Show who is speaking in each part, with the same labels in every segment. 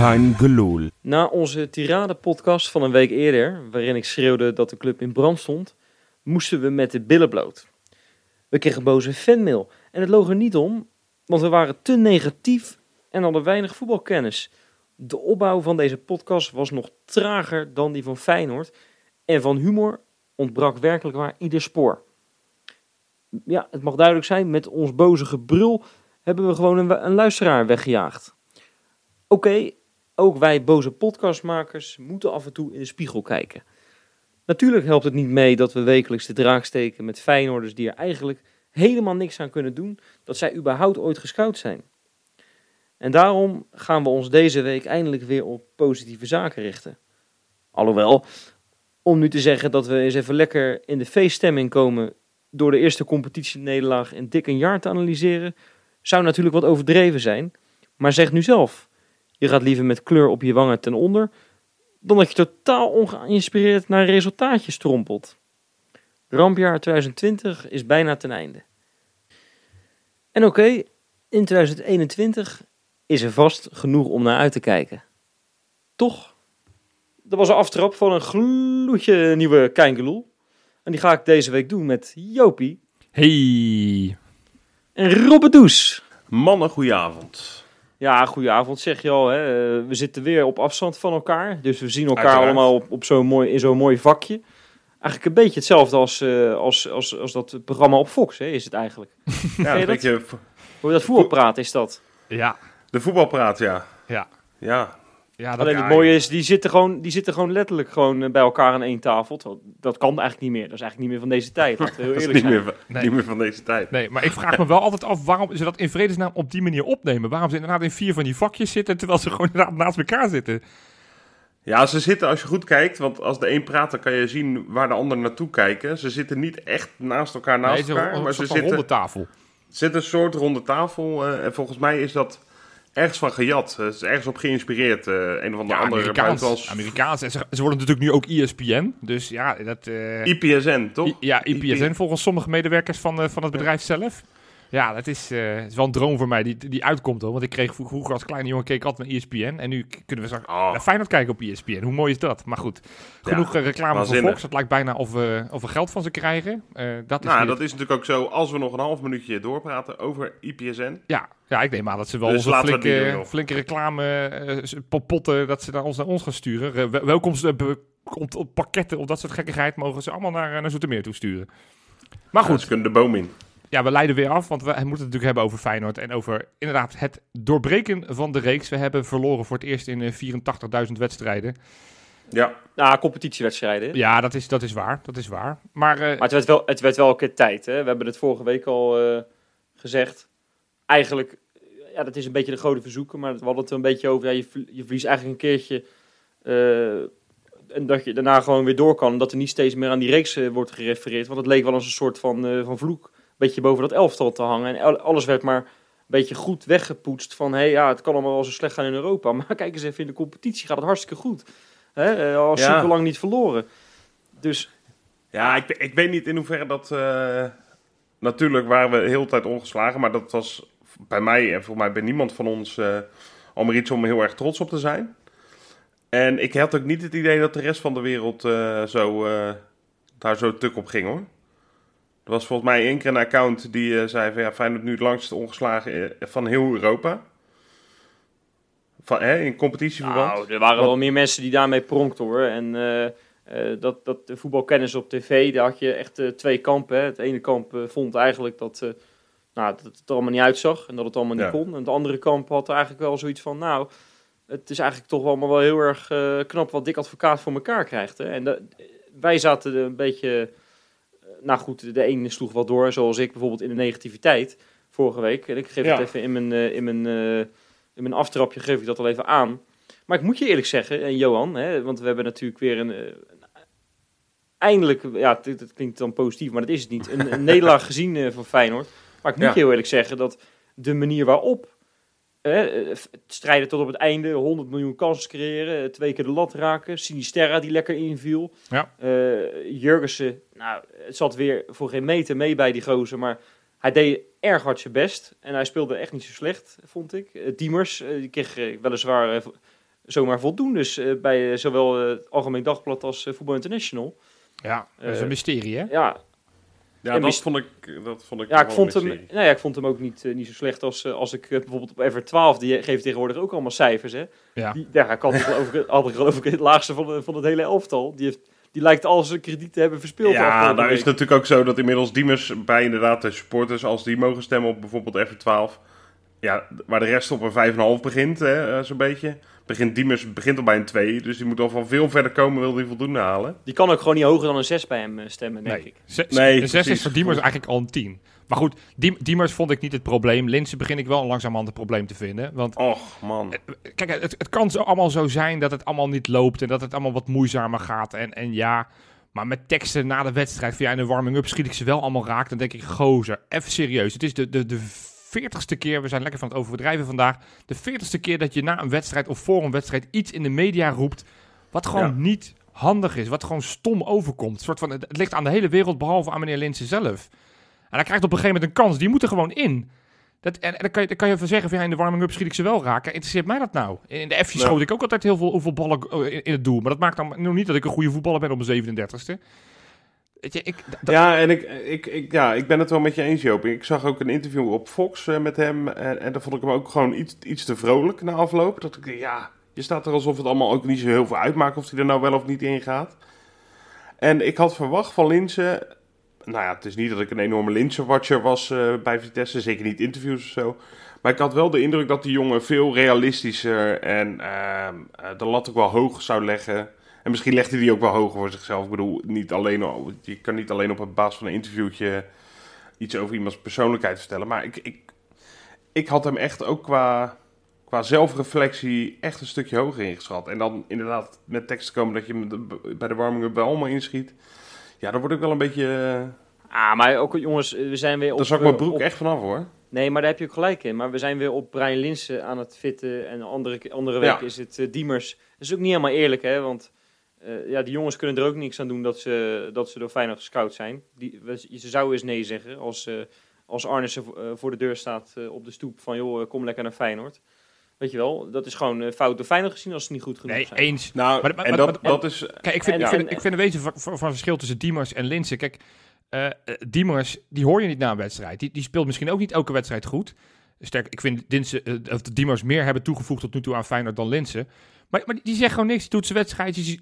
Speaker 1: Kein gelul.
Speaker 2: Na onze tirade-podcast van een week eerder, waarin ik schreeuwde dat de club in brand stond, moesten we met de billen bloot. We kregen boze fanmail en het loog er niet om, want we waren te negatief en hadden weinig voetbalkennis. De opbouw van deze podcast was nog trager dan die van Feyenoord en van humor ontbrak werkelijk waar ieder spoor. Ja, het mag duidelijk zijn, met ons boze gebrul hebben we gewoon een luisteraar weggejaagd. Oké, ook wij boze podcastmakers moeten af en toe in de spiegel kijken. Natuurlijk helpt het niet mee dat we wekelijks de draak steken met Feyenoorders die er eigenlijk helemaal niks aan kunnen doen dat zij überhaupt ooit gescout zijn. En daarom gaan we ons deze week eindelijk weer op positieve zaken richten. Alhoewel, om nu te zeggen dat we eens even lekker in de feeststemming komen door de eerste competitienederlaag in dik een jaar te analyseren, zou natuurlijk wat overdreven zijn. Maar zeg nu zelf, je gaat liever met kleur op je wangen ten onder, dan dat je totaal ongeïnspireerd naar resultaatjes strompelt. Rampjaar 2020 is bijna ten einde. En oké, in 2021 is er vast genoeg om naar uit te kijken. Toch? Dat was een aftrap van een gloedje nieuwe Keingeloel. En die ga ik deze week doen met Jopie.
Speaker 1: Hey.
Speaker 2: En Robbedoes.
Speaker 3: Mannen, goedenavond.
Speaker 2: Ja, goedenavond zeg je al. Hè. We zitten weer op afstand van elkaar. Dus we zien elkaar
Speaker 3: Uiteraard.
Speaker 2: allemaal in zo'n mooi vakje. Eigenlijk een beetje hetzelfde als dat programma op Fox, hè, is het eigenlijk.
Speaker 3: Ja, een beetje
Speaker 2: Hoe dat voetbalpraat is dat.
Speaker 1: Ja.
Speaker 3: de voetbalpraat, ja.
Speaker 1: Ja.
Speaker 3: Ja,
Speaker 1: Ja, dat
Speaker 2: Alleen het mooie is, die zitten gewoon letterlijk gewoon bij elkaar aan één tafel. Dat kan eigenlijk niet meer. Dat is eigenlijk niet meer van deze tijd. Laten we heel
Speaker 3: dat is
Speaker 2: eerlijk
Speaker 3: niet
Speaker 2: zijn.
Speaker 3: meer, niet meer van deze tijd.
Speaker 1: Nee, maar ik vraag me wel altijd af waarom ze dat in vredesnaam op die manier opnemen. Waarom ze inderdaad in 4 van die vakjes zitten, terwijl ze gewoon inderdaad naast elkaar zitten.
Speaker 3: Ja, ze zitten, als je goed kijkt, want als de een praat, dan kan je zien waar de ander naartoe kijken. Ze zitten niet echt naast elkaar, maar ze
Speaker 1: ronde tafel.
Speaker 3: zitten een soort ronde tafel. En volgens mij is dat ergens van gejat. Het is ergens op geïnspireerd. Een of de andere
Speaker 1: Amerikaans. En ze worden natuurlijk nu ook ESPN. Dus ja, dat...
Speaker 3: IPSN, toch?
Speaker 1: IPSN volgens sommige medewerkers van het bedrijf zelf. Ja, dat is wel een droom voor mij die uitkomt hoor. Want ik kreeg vroeger als kleine jongen keek ik altijd naar ESPN. En nu kunnen we straks naar Feyenoord kijken op ESPN. Hoe mooi is dat? Maar goed, genoeg reclame voor Fox. Het lijkt bijna of we geld van ze krijgen. Dat is
Speaker 3: natuurlijk ook zo. Als we nog een half minuutje doorpraten over IPSN.
Speaker 1: Ja, ik neem aan dat ze wel
Speaker 3: Dus
Speaker 1: onze flinke reclame potten dat ze naar ons gaan sturen. Welkomstpakketten of dat soort gekkigheid mogen ze allemaal naar Zoetermeer toe sturen. Maar goed.
Speaker 3: Ze kunnen de boom in.
Speaker 1: Ja, we leiden weer af, want we moeten het natuurlijk hebben over Feyenoord en over inderdaad het doorbreken van de reeks. We hebben verloren voor het eerst in 84.000 wedstrijden.
Speaker 3: Ja.
Speaker 2: Nou, competitiewedstrijden.
Speaker 1: Ja, dat is waar. Maar
Speaker 2: het werd wel een keer tijd. Hè? We hebben het vorige week al gezegd. Eigenlijk, ja, dat is een beetje de grote verzoeken, maar we hadden het er een beetje over. Ja, je verliest eigenlijk een keertje en dat je daarna gewoon weer door kan. En dat er niet steeds meer aan die reeks wordt gerefereerd. Want het leek wel als een soort van vloek. Een beetje boven dat elftal te hangen. En alles werd maar een beetje goed weggepoetst. Van, het kan allemaal wel zo slecht gaan in Europa. Maar kijk eens even, in de competitie gaat het hartstikke goed. Al super lang niet verloren. Dus...
Speaker 3: Ja, ik weet niet in hoeverre dat... natuurlijk waren we de hele tijd ongeslagen. Maar dat was bij mij en voor mij bij niemand van ons... al maar iets om heel erg trots op te zijn. En ik had ook niet het idee dat de rest van de wereld daar zo tuk op ging, hoor. Er was volgens mij één keer een account die zei van Feyenoord nu het langst ongeslagen van heel Europa. In competitieverband.
Speaker 2: Nou, er waren wel meer mensen die daarmee pronkten hoor. En dat de voetbalkennis op tv, daar had je echt 2 kampen. Hè. Het ene kamp vond eigenlijk dat het er allemaal niet uitzag en dat het allemaal niet kon. En het andere kamp had eigenlijk wel zoiets van, het is eigenlijk toch allemaal wel heel erg knap wat Dick Advocaat voor elkaar krijgt. Hè. En wij zaten een beetje... Nou goed, de ene sloeg wat door, zoals ik bijvoorbeeld in de negativiteit vorige week. En ik geef het even in mijn aftrapje geef ik dat al even aan. Maar ik moet je eerlijk zeggen, en Johan, want we hebben natuurlijk weer eindelijk, het klinkt dan positief, maar dat is het niet, een nederlaag gezien van Feyenoord. Maar ik moet je heel eerlijk zeggen dat de manier waarop strijden tot op het einde, 100 miljoen kansen creëren, 2 keer de lat raken, Sinisterra die lekker inviel.
Speaker 1: Ja.
Speaker 2: Jurgensen, het zat weer voor geen meter mee bij die gozer, maar hij deed erg hard zijn best en hij speelde echt niet zo slecht, vond ik. Diemers, die kreeg weliswaar zomaar voldoen. Dus bij zowel het Algemeen Dagblad als Voetbal International.
Speaker 1: Ja, dat is een mysterie, hè?
Speaker 2: Ja,
Speaker 3: Ja, dat vond ik
Speaker 2: ik vond hem ook niet zo slecht als ik bijvoorbeeld op Ever 12, die geeft tegenwoordig ook allemaal cijfers. Hè?
Speaker 1: Ja.
Speaker 2: Hij had geloof ik het laagste van het hele elftal. Die lijkt al zijn krediet te hebben verspeeld.
Speaker 3: Ja, daar is het natuurlijk ook zo dat inmiddels Diemers bij inderdaad de supporters, als die mogen stemmen op bijvoorbeeld Ever 12, ja, waar de rest op een 5,5 begint, zo'n beetje. Diemers al bij een 2, dus die moet al van veel verder komen, wil hij voldoende halen.
Speaker 2: Die kan ook gewoon niet hoger dan een 6 bij hem stemmen, denk ik.
Speaker 1: Een 6 is voor Diemers eigenlijk al een 10. Maar goed, Diemers vond ik niet het probleem. Linssen begin ik wel langzamerhand het probleem te vinden. Want,
Speaker 3: och, man.
Speaker 1: Kijk, het kan allemaal zo zijn dat het allemaal niet loopt en dat het allemaal wat moeizamer gaat. En ja, maar met teksten na de wedstrijd, via een warming-up, schiet ik ze wel allemaal raak. Dan denk ik, gozer, even serieus. Het is de 40ste keer, we zijn lekker van het overdrijven vandaag, de 40ste keer dat je na een wedstrijd of voor een wedstrijd iets in de media roept wat gewoon niet handig is, wat gewoon stom overkomt. Een soort van, het ligt aan de hele wereld, behalve aan meneer Linssen zelf. En hij krijgt op een gegeven moment een kans, die moet er gewoon in. En dan kan je even zeggen, van, in de warming-up schiet ik ze wel raken. Interesseert mij dat nou? In de F'je schoot ik ook altijd heel veel ballen in het doel, maar dat maakt dan nog niet dat ik een goede voetballer ben op mijn 37ste.
Speaker 3: Ik ben het wel met je eens, Joop. Ik zag ook een interview op Fox met hem. En daar vond ik hem ook gewoon iets te vrolijk na afloop. Dat ik je staat er alsof het allemaal ook niet zo heel veel uitmaakt of hij er nou wel of niet in gaat. En ik had verwacht van Linssen. Nou ja, het is niet dat ik een enorme Linssen-watcher was bij Vitesse. Zeker niet interviews of zo. Maar ik had wel de indruk dat die jongen veel realistischer en de lat ook wel hoog zou leggen. En misschien legt hij die ook wel hoger voor zichzelf. Ik bedoel, je kan niet alleen op basis van een interviewtje iets over iemands persoonlijkheid vertellen. Maar ik had hem echt ook qua zelfreflectie echt een stukje hoger ingeschat. En dan inderdaad met tekst komen dat je hem bij de warming-up wel allemaal inschiet. Ja, dan word ik wel een beetje...
Speaker 2: maar ook jongens, we zijn weer op...
Speaker 3: Daar zak ik mijn broek echt vanaf, hoor.
Speaker 2: Nee, maar daar heb je ook gelijk in. Maar we zijn weer op Brian Linssen aan het fitten. En andere week is het Diemers. Dat is ook niet helemaal eerlijk, hè. Want die jongens kunnen er ook niks aan doen dat ze door Feyenoord gescout zijn. Ze zouden eens nee zeggen als Arnissen voor de deur staat op de stoep van... joh, kom lekker naar Feyenoord. Weet je wel, dat is gewoon fout door Feyenoord gezien als ze niet goed genoeg zijn.
Speaker 1: Nee, eens.
Speaker 3: Nou, dat is...
Speaker 1: Kijk, ik vind een wezen van verschil tussen Diemers en Linssen. Kijk, Diemers, die hoor je niet na een wedstrijd. Die speelt misschien ook niet elke wedstrijd goed. Sterk, ik vind Diemers meer hebben toegevoegd tot nu toe aan Feyenoord dan Linssen. Maar die zegt gewoon niks. Die doet zijn wedstrijdjes,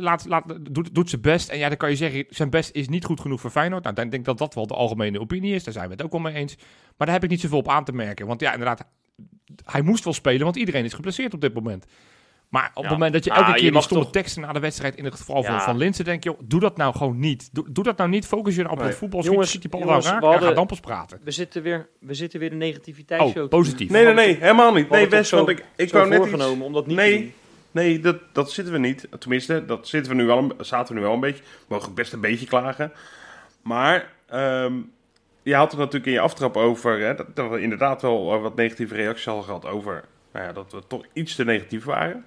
Speaker 1: doet zijn best. En ja, dan kan je zeggen, zijn best is niet goed genoeg voor Feyenoord. Nou, dan denk ik dat dat wel de algemene opinie is. Daar zijn we het ook wel mee eens. Maar daar heb ik niet zoveel op aan te merken. Want ja, inderdaad, hij moest wel spelen, want iedereen is geblesseerd op dit moment. Maar op het moment dat je elke keer die stomme teksten na de wedstrijd, in het geval van Linssen, denk je, doe dat nou gewoon niet. Doe dat nou niet, focus je op het voetbal, schiet die bal raak en ga dan pas praten.
Speaker 2: We zitten weer de negativiteitsshow.
Speaker 1: Positief.
Speaker 3: Nee, helemaal niet. Nee, Wes, want ik wou net iets...
Speaker 2: om dat niet te doen.
Speaker 3: Nee, dat zitten we niet. Tenminste, dat zaten we nu wel een beetje. We mogen best een beetje klagen. Maar je had het natuurlijk in je aftrap over... Hè, dat we inderdaad wel wat negatieve reacties hadden gehad over... Nou ja, dat we toch iets te negatief waren.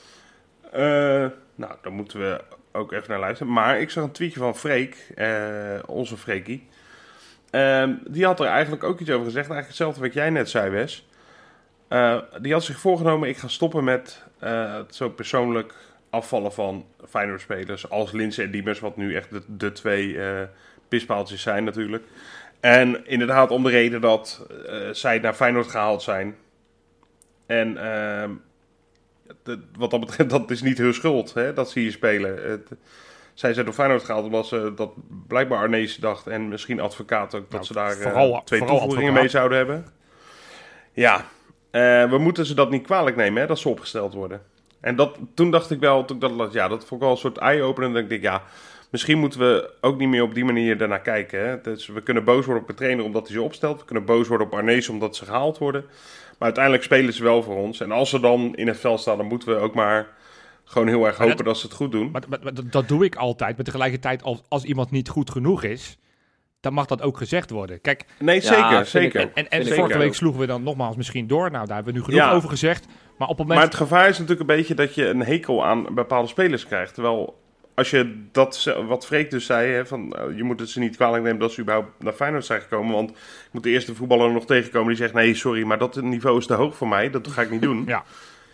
Speaker 3: Nou, daar moeten we ook even naar luisteren. Maar ik zag een tweetje van Freek, onze Freekie. Die had er eigenlijk ook iets over gezegd. Eigenlijk hetzelfde wat jij net zei, Wes. Die had zich voorgenomen, ik ga stoppen met het zo persoonlijk afvallen van Feyenoord-spelers als Linssen en Diemers, wat nu echt de twee pispaaltjes zijn natuurlijk. En inderdaad om de reden dat zij naar Feyenoord gehaald zijn. En wat dat betreft, dat is niet hun schuld, hè, dat ze hier spelen. Zij zijn door Feyenoord gehaald omdat ze dat blijkbaar Arnees dacht en misschien advocaat ook, dat ze daar twee toevoegingen mee zouden hebben. Ja, we moeten ze dat niet kwalijk nemen, hè, dat ze opgesteld worden. En toen dacht ik wel, dat vond ik wel een soort eye-opener. En dan denk ik, misschien moeten we ook niet meer op die manier daarnaar kijken. Hè. Dus we kunnen boos worden op de trainer omdat hij ze opstelt. We kunnen boos worden op Arnees omdat ze gehaald worden. Maar uiteindelijk spelen ze wel voor ons. En als ze dan in het veld staan, dan moeten we ook maar gewoon heel erg hopen dat ze het goed doen.
Speaker 1: Maar dat doe ik altijd. Maar tegelijkertijd, als iemand niet goed genoeg is, dan mag dat ook gezegd worden. Kijk,
Speaker 3: nee, zeker.
Speaker 1: En vorige week sloegen we dan nogmaals misschien door. Nou, daar hebben we nu genoeg over gezegd. Maar op het moment...
Speaker 3: Maar het gevaar is natuurlijk een beetje dat je een hekel aan bepaalde spelers krijgt. Terwijl, als je dat, wat Freek dus zei, hè, van, je moet het ze niet kwalijk nemen dat ze überhaupt naar Feyenoord zijn gekomen. Want ik moet de eerste voetballer nog tegenkomen die zegt, nee, sorry, maar dat niveau is te hoog voor mij. Dat ga ik niet doen.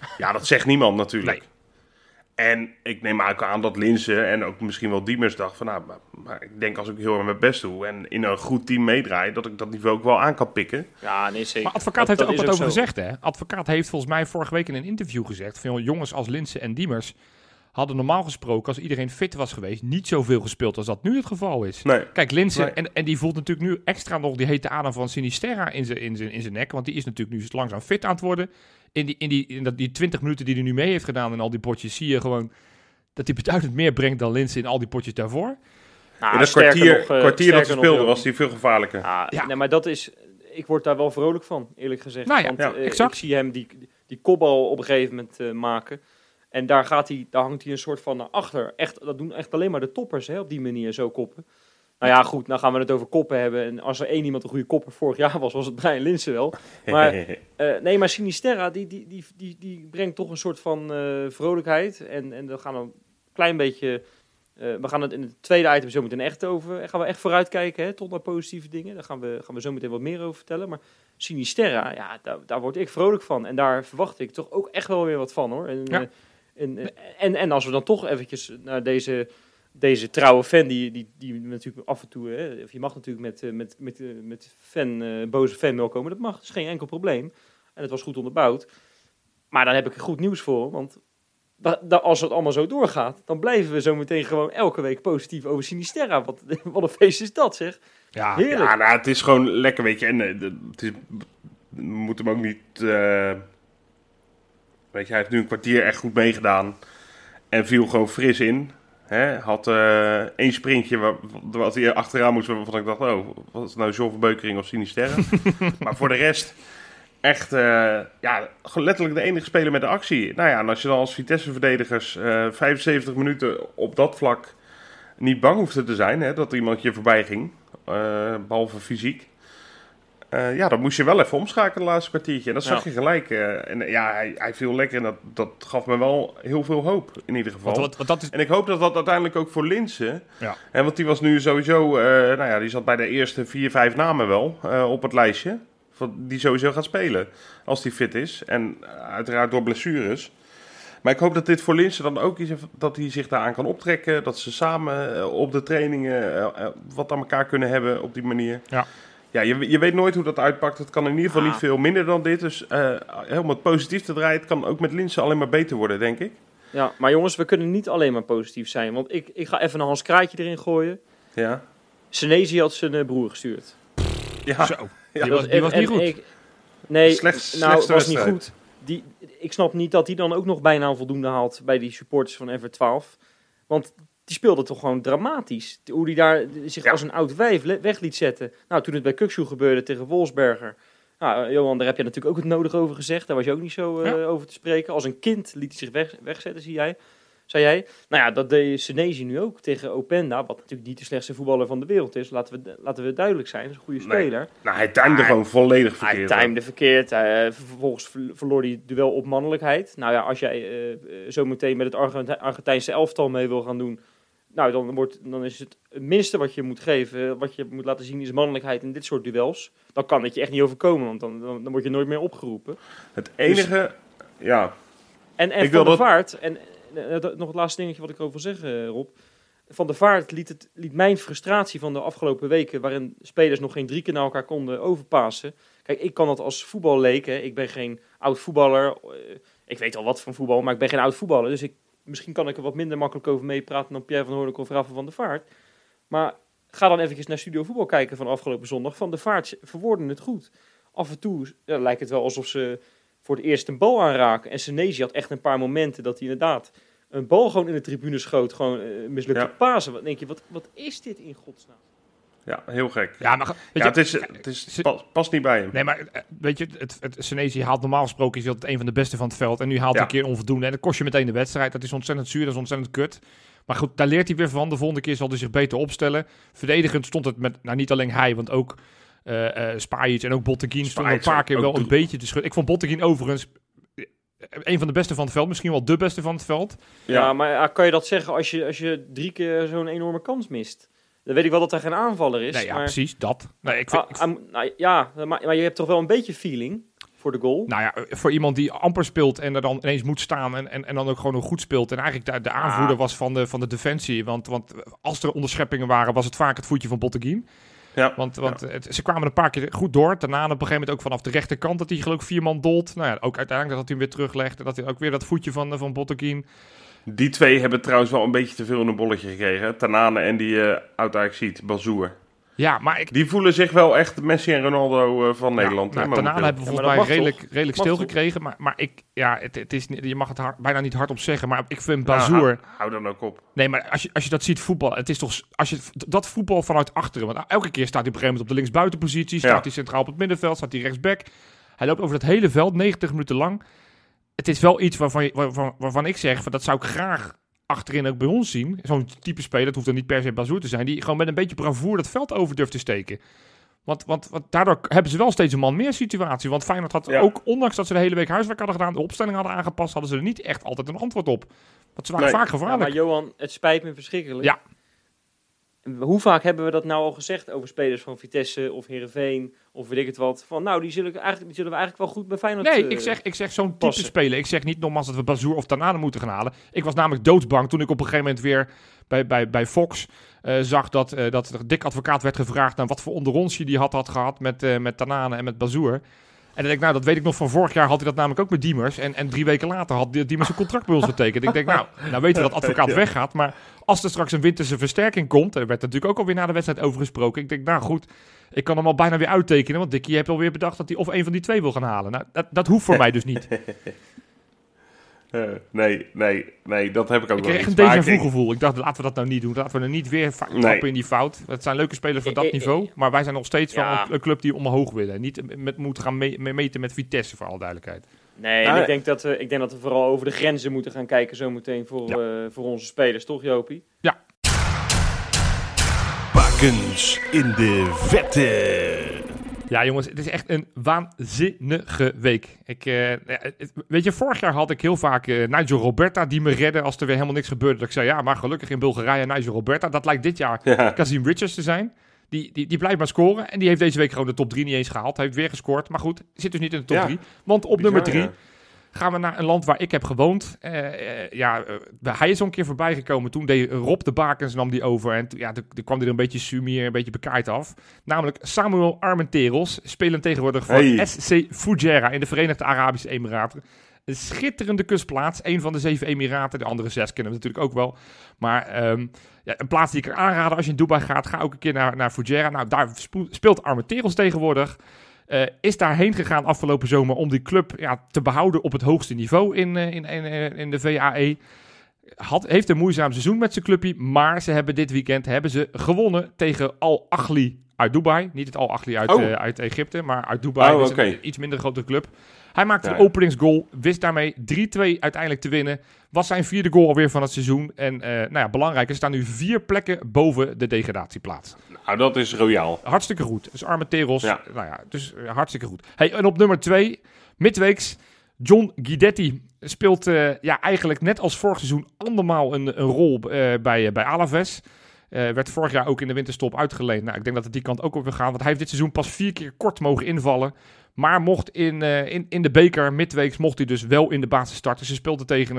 Speaker 3: Ja, dat zegt niemand natuurlijk.
Speaker 1: Nee.
Speaker 3: En ik neem ook aan dat Linssen en ook misschien wel Diemers dacht van... nou, maar ik denk als ik heel erg mijn best doe en in een goed team meedraai... dat ik dat niveau ook wel aan kan pikken.
Speaker 2: Ja, nee, zeker.
Speaker 1: Maar Advocaat heeft er ook
Speaker 2: is
Speaker 1: wat over
Speaker 2: zo.
Speaker 1: gezegd, hè? Advocaat heeft volgens mij vorige week in een interview gezegd... van jongens als Linssen en Diemers hadden normaal gesproken... als iedereen fit was geweest, niet zoveel gespeeld als dat nu het geval is.
Speaker 3: Nee.
Speaker 1: Kijk, Linssen, en die voelt natuurlijk nu extra nog die hete adem van Sinisterra in zijn nek... want die is natuurlijk nu langzaam fit aan het worden. In die 20 minuten die hij nu mee heeft gedaan in al die potjes... zie je gewoon dat hij beduidend meer brengt dan Linssen in al die potjes daarvoor.
Speaker 3: In dat kwartier dat ze speelde was hij veel gevaarlijker.
Speaker 2: Ja. Nee, maar dat is... Ik word daar wel vrolijk van, eerlijk gezegd.
Speaker 1: Nou ja,
Speaker 2: want
Speaker 1: exact.
Speaker 2: ik zie hem die kopbal op een gegeven moment maken. En daar hangt hij een soort van naar achter. Echt, dat doen echt alleen maar de toppers, hè, op die manier zo koppen. Nou ja, goed, dan gaan we het over koppen hebben. En als er één iemand een goede kopper vorig jaar was het Brian Linssen wel. Maar, maar Sinisterra, die brengt toch een soort van vrolijkheid. En dan gaan we een klein beetje... we gaan het in het tweede item zo meteen echt over. Gaan we echt vooruitkijken, hè, tot naar positieve dingen. Daar gaan we zo meteen wat meer over vertellen. Maar Sinisterra, ja, daar word ik vrolijk van. En daar verwacht ik toch ook echt wel weer wat van, hoor. En als we dan toch eventjes naar deze trouwe fan, die natuurlijk af en toe... Hè, of je mag natuurlijk met boze fanmail komen. Dat mag, dat is geen enkel probleem. En het was goed onderbouwd. Maar dan heb ik goed nieuws voor, want... als het allemaal zo doorgaat, dan blijven we zo meteen gewoon elke week positief over Sinisterra. Wat een feest is dat, zeg.
Speaker 1: Ja,
Speaker 2: heerlijk.
Speaker 3: Ja, nou, het is gewoon lekker, weet je. En we moeten hem ook niet... weet je, hij heeft nu een kwartier echt goed meegedaan. En viel gewoon fris in. Had één sprintje wat hij achteraan moest, waarvan ik dacht, oh, wat is het nou, John Verbeukering of Sinisterra? Maar voor de rest... Echt, gewoon letterlijk de enige speler met de actie. Nou ja, en als je dan als Vitesse-verdedigers 75 minuten op dat vlak niet bang hoefde te zijn, hè, dat iemand je voorbij ging, behalve fysiek. Dan moest je wel even omschakelen het laatste kwartiertje. En dat zag je gelijk. Hij viel lekker en dat gaf me wel heel veel hoop, in ieder geval.
Speaker 1: Want dat is...
Speaker 3: En ik hoop dat dat uiteindelijk ook voor Linssen...
Speaker 1: Ja.
Speaker 3: Want die was nu sowieso... die zat bij de eerste 4-5 namen wel op het lijstje. Die sowieso gaat spelen als hij fit is. En uiteraard door blessures. Maar ik hoop dat dit voor Linssen dan ook is, dat hij zich daaraan kan optrekken. Dat ze samen op de trainingen wat aan elkaar kunnen hebben op die manier. Ja, je weet nooit hoe dat uitpakt. Het kan in ieder geval niet veel minder dan dit. Dus om het positief te draaien, het kan ook met Linssen alleen maar beter worden, denk ik.
Speaker 2: Ja, maar jongens, we kunnen niet alleen maar positief zijn. Want ik ga even een Hans Kraatje erin gooien.
Speaker 3: Ja.
Speaker 2: Senesi had zijn broer gestuurd.
Speaker 3: Ja.
Speaker 1: Zo.
Speaker 3: Ja,
Speaker 1: Die was niet goed.
Speaker 2: Het was niet goed. Ik snap niet dat hij dan ook nog bijna een voldoende haalt bij die supporters van Ever 12. Want die speelde toch gewoon dramatisch. Hoe hij daar zich als een oud wijf weg liet zetten. Nou, toen het bij Kukshoe gebeurde tegen Wolfsberger. Nou, Johan, daar heb je natuurlijk ook het nodige over gezegd. Daar was je ook niet zo over te spreken. Als een kind liet hij zich wegzetten, zei jij. Nou ja, dat deed Senesi nu ook tegen Openda. Wat natuurlijk niet de slechtste voetballer van de wereld is. Laten we duidelijk zijn. Dat is een goede speler.
Speaker 3: Nou, hij timde gewoon volledig verkeerd.
Speaker 2: Hij timde verkeerd. Vervolgens verloor hij het duel op mannelijkheid. Nou ja, als jij zo meteen met het Argentijnse elftal mee wil gaan doen... Nou, dan is het minste wat je moet geven, wat je moet laten zien, is mannelijkheid in dit soort duels. Dan kan het je echt niet overkomen, want dan word je nooit meer opgeroepen.
Speaker 3: Het enige,
Speaker 2: En Van der Vaart, en nog het laatste dingetje wat ik erover wil zeggen, Rob. Van der Vaart liet mijn frustratie van de afgelopen weken, waarin spelers nog geen 3 keer naar elkaar konden overpassen. Kijk, ik kan dat als voetballeek, hè. Ik ben geen oud voetballer. Ik weet al wat van voetbal, maar ik ben geen oud voetballer. Dus misschien kan ik er wat minder makkelijk over meepraten dan Pierre van Hoornik of Rafa van der Vaart. Maar ga dan eventjes naar Studio Voetbal kijken van afgelopen zondag. Van der Vaart verwoorden het goed. Af en toe lijkt het wel alsof ze voor het eerst een bal aanraken. En Senesi had echt een paar momenten dat hij inderdaad een bal gewoon in de tribune schoot. Gewoon mislukte pasen. Wat denk je, wat is dit in godsnaam?
Speaker 3: Ja, heel gek.
Speaker 1: Ja, maar
Speaker 3: past niet bij hem.
Speaker 1: Nee, maar weet je, het Senesi haalt normaal gesproken is hij altijd een van de beste van het veld. En nu haalt hij een keer onvoldoende. En dan kost je meteen de wedstrijd. Dat is ontzettend zuur, dat is ontzettend kut. Maar goed, daar leert hij weer van. De volgende keer zal hij zich beter opstellen. Verdedigend stond het met, nou niet alleen hij, want ook Spajic en ook Botteguin stonden een paar keer wel een beetje te schudden. Ik vond Botteguin overigens een van de beste van het veld. Misschien wel de beste van het veld.
Speaker 2: Ja, maar kan je dat zeggen als je 3 keer zo'n enorme kans mist? Dan weet ik wel dat er geen aanvaller is.
Speaker 1: Nee, ja,
Speaker 2: maar...
Speaker 1: precies, dat. Nee,
Speaker 2: maar je hebt toch wel een beetje feeling? voor de goal.
Speaker 1: Nou ja, voor iemand die amper speelt en er dan ineens moet staan en dan ook gewoon nog goed speelt. En eigenlijk de aanvoerder was van de defensie. Want als er onderscheppingen waren, was het vaak het voetje van Botteguin.
Speaker 3: Ja.
Speaker 1: Want ze kwamen een paar keer goed door. Daarna op een gegeven moment ook vanaf de rechterkant dat hij geloof ik 4 man dolt. Nou ja, ook uiteindelijk dat hij hem weer teruglegt. En dat hij ook weer dat voetje van Botteguin.
Speaker 3: Die twee hebben trouwens wel een beetje te veel in een bolletje gekregen. Tanane en die uit Bazoer.
Speaker 1: Ja, maar
Speaker 3: die voelen zich wel echt Messi en Ronaldo van Nederland.
Speaker 1: Nou, Tanane hebben we volgens mij redelijk stil gekregen. Maar het is, je mag het bijna niet hardop zeggen. Maar ik vind Bazoer...
Speaker 3: hou dan ook op.
Speaker 1: Nee, maar als je dat ziet voetballen... Het is toch... Als je dat voetbal vanuit achteren... Want elke keer staat hij op een gegeven moment op de linksbuitenpositie. Staat hij centraal op het middenveld. Staat hij rechtsback. Hij loopt over het hele veld 90 minuten lang. Het is wel iets waarvan ik zeg... dat zou ik graag achterin ook bij ons zien. Zo'n type speler, het hoeft dan niet per se Bazoer te zijn... die gewoon met een beetje bravoure dat veld over durft te steken. Want daardoor hebben ze wel steeds een man meer situatie. Want Feyenoord had ook, ondanks dat ze de hele week huiswerk hadden gedaan... de opstelling hadden aangepast, hadden ze er niet echt altijd een antwoord op. Want ze waren vaak gevaarlijk.
Speaker 2: Ja, maar Johan, het spijt me verschrikkelijk.
Speaker 1: Ja.
Speaker 2: Hoe vaak hebben we dat nou al gezegd over spelers van Vitesse of Heerenveen of weet ik het wat? Van nou, die zullen we eigenlijk wel goed bij Feyenoord
Speaker 1: Nee, ik zeg zo'n type speler. Ik zeg niet nogmaals dat we Bazoer of Tanane moeten gaan halen. Ik was namelijk doodsbang toen ik op een gegeven moment weer bij Fox zag dat Dick Advocaat werd gevraagd naar wat voor onderonsje die had gehad met Tanane en met Bazoer. En dan denk ik, dat weet ik nog van vorig jaar had hij dat namelijk ook met Diemers. En 3 weken later had Diemers een contract bij ons getekend. Ik denk, nou weten we dat Advocaat weggaat. Maar als er straks een winterse versterking komt... Er werd natuurlijk ook alweer na de wedstrijd over gesproken. Ik denk, nou goed, ik kan hem al bijna weer uittekenen. Want Dickie heeft alweer bedacht dat hij of een van die 2 wil gaan halen. Nou, dat hoeft voor mij dus niet.
Speaker 3: Nee, dat heb ik ook
Speaker 1: ik
Speaker 3: wel
Speaker 1: kreeg
Speaker 3: niet.
Speaker 1: een déjà vu gevoel. Ik dacht, laten we dat nou niet doen. Laten we er niet weer trappen in die fout. Het zijn leuke spelers van dat niveau. Maar wij zijn nog steeds wel een club die omhoog willen. Niet moeten gaan meten met Vitesse, voor alle duidelijkheid.
Speaker 2: Nee, en ik denk dat we vooral over de grenzen moeten gaan kijken zometeen voor onze spelers. Toch, Jopie?
Speaker 1: Ja.
Speaker 4: Bakens in de vette.
Speaker 1: Ja, jongens, het is echt een waanzinnige week. Weet je, vorig jaar had ik heel vaak Nigel Roberta die me redde als er weer helemaal niks gebeurde. Dat ik zei, ja, maar gelukkig in Bulgarije Nigel Roberta. Dat lijkt dit jaar Kazim Richards te zijn. Die blijft maar scoren. En die heeft deze week gewoon de top 3 niet eens gehaald. Hij heeft weer gescoord. Maar goed, zit dus niet in de top 3. Want op nummer 3 gaan we naar een land waar ik heb gewoond. Hij is al een keer voorbij gekomen. Toen deed Rob de Bakens, nam die over. En toen kwam hij er een beetje sumier, een beetje bekaaid af. Namelijk Samuel Armenteros. Spelen tegenwoordig voor SC Fujairah in de Verenigde Arabische Emiraten. Een schitterende kustplaats. Een van de 7 Emiraten. De andere 6 kennen we natuurlijk ook wel. Maar een plaats die ik aanraden als je in Dubai gaat. Ga ook een keer naar Fujairah. Nou, daar speelt Armenteros tegenwoordig. Is daarheen gegaan afgelopen zomer om die club te behouden op het hoogste niveau in de VAE. Heeft een moeizaam seizoen met zijn clubje, maar ze hebben dit weekend gewonnen tegen Al Ahly uit Dubai. Niet het Al Ahly uit Egypte, maar uit Dubai. Dus een iets minder grote club. Hij maakte de openingsgoal, wist daarmee 3-2 uiteindelijk te winnen. Was zijn 4e goal alweer van het seizoen. En belangrijk, er staan nu 4 plekken boven de degradatieplaats.
Speaker 3: Nou, dat is royaal.
Speaker 1: Hartstikke goed. Dus Armenteros, hartstikke goed. Hey, en op nummer 2, midweeks, John Guidetti speelt eigenlijk net als vorig seizoen andermaal een rol bij Alaves. Werd vorig jaar ook in de winterstop uitgeleend. Nou, ik denk dat het die kant ook op wil gaan. Want hij heeft dit seizoen pas 4 keer kort mogen invallen. Maar mocht in de beker midweeks mocht hij dus wel in de basis starten. Ze speelden tegen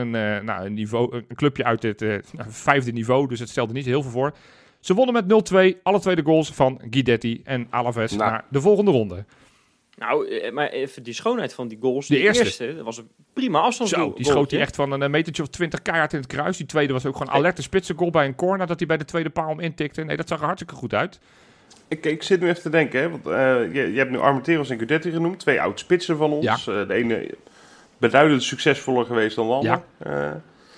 Speaker 1: een clubje uit het 5e niveau. Dus het stelde niet heel veel voor. Ze wonnen met 0-2. Alle 2 de goals van Guidetti en Alaves naar de volgende ronde.
Speaker 2: Nou, maar even die schoonheid van die goals.
Speaker 1: De eerste
Speaker 2: dat was een prima afstandsgoal.
Speaker 1: Zo, die schoot hij echt van een metertje of 20 keihard in het kruis. Die tweede was ook gewoon alerte spitsengoal bij een corner. Dat hij bij de tweede paal hem intikte. Nee, dat zag er hartstikke goed uit.
Speaker 3: Ik zit nu even te denken, hè, want je hebt nu Armenteros en Guidetti genoemd. 2 oud-spitsen van ons. Ja. De ene beduidend succesvoller geweest dan de ander. Ja.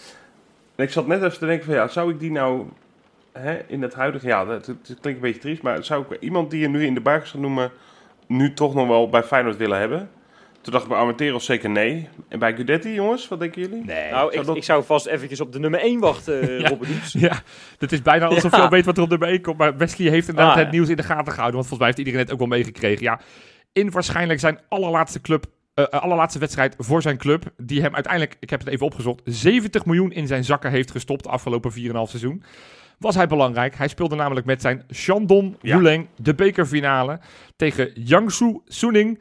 Speaker 3: Ik zat net even te denken van, zou ik die nou in het huidige... Ja, het klinkt een beetje triest, maar zou ik iemand die je nu in de buik zou noemen... nu toch nog wel bij Feyenoord willen hebben? Toen dacht ik bij Armenteros zeker nee. En bij Guidetti, jongens, wat denken jullie?
Speaker 2: Nee. Nou, ik zou vast eventjes op de nummer 1 wachten, Robert Dietz.
Speaker 1: Ja, dat is bijna alsof je al weet wat er op nummer 1 komt. Maar Wesley heeft inderdaad het nieuws in de gaten gehouden. Want volgens mij heeft iedereen het ook wel meegekregen. Ja, in waarschijnlijk zijn allerlaatste wedstrijd voor zijn club. Die hem uiteindelijk, ik heb het even opgezocht, 70 miljoen in zijn zakken heeft gestopt de afgelopen 4,5 seizoen. Was hij belangrijk. Hij speelde namelijk met zijn Shandong Yuleng de bekerfinale tegen Jiangsu Suning.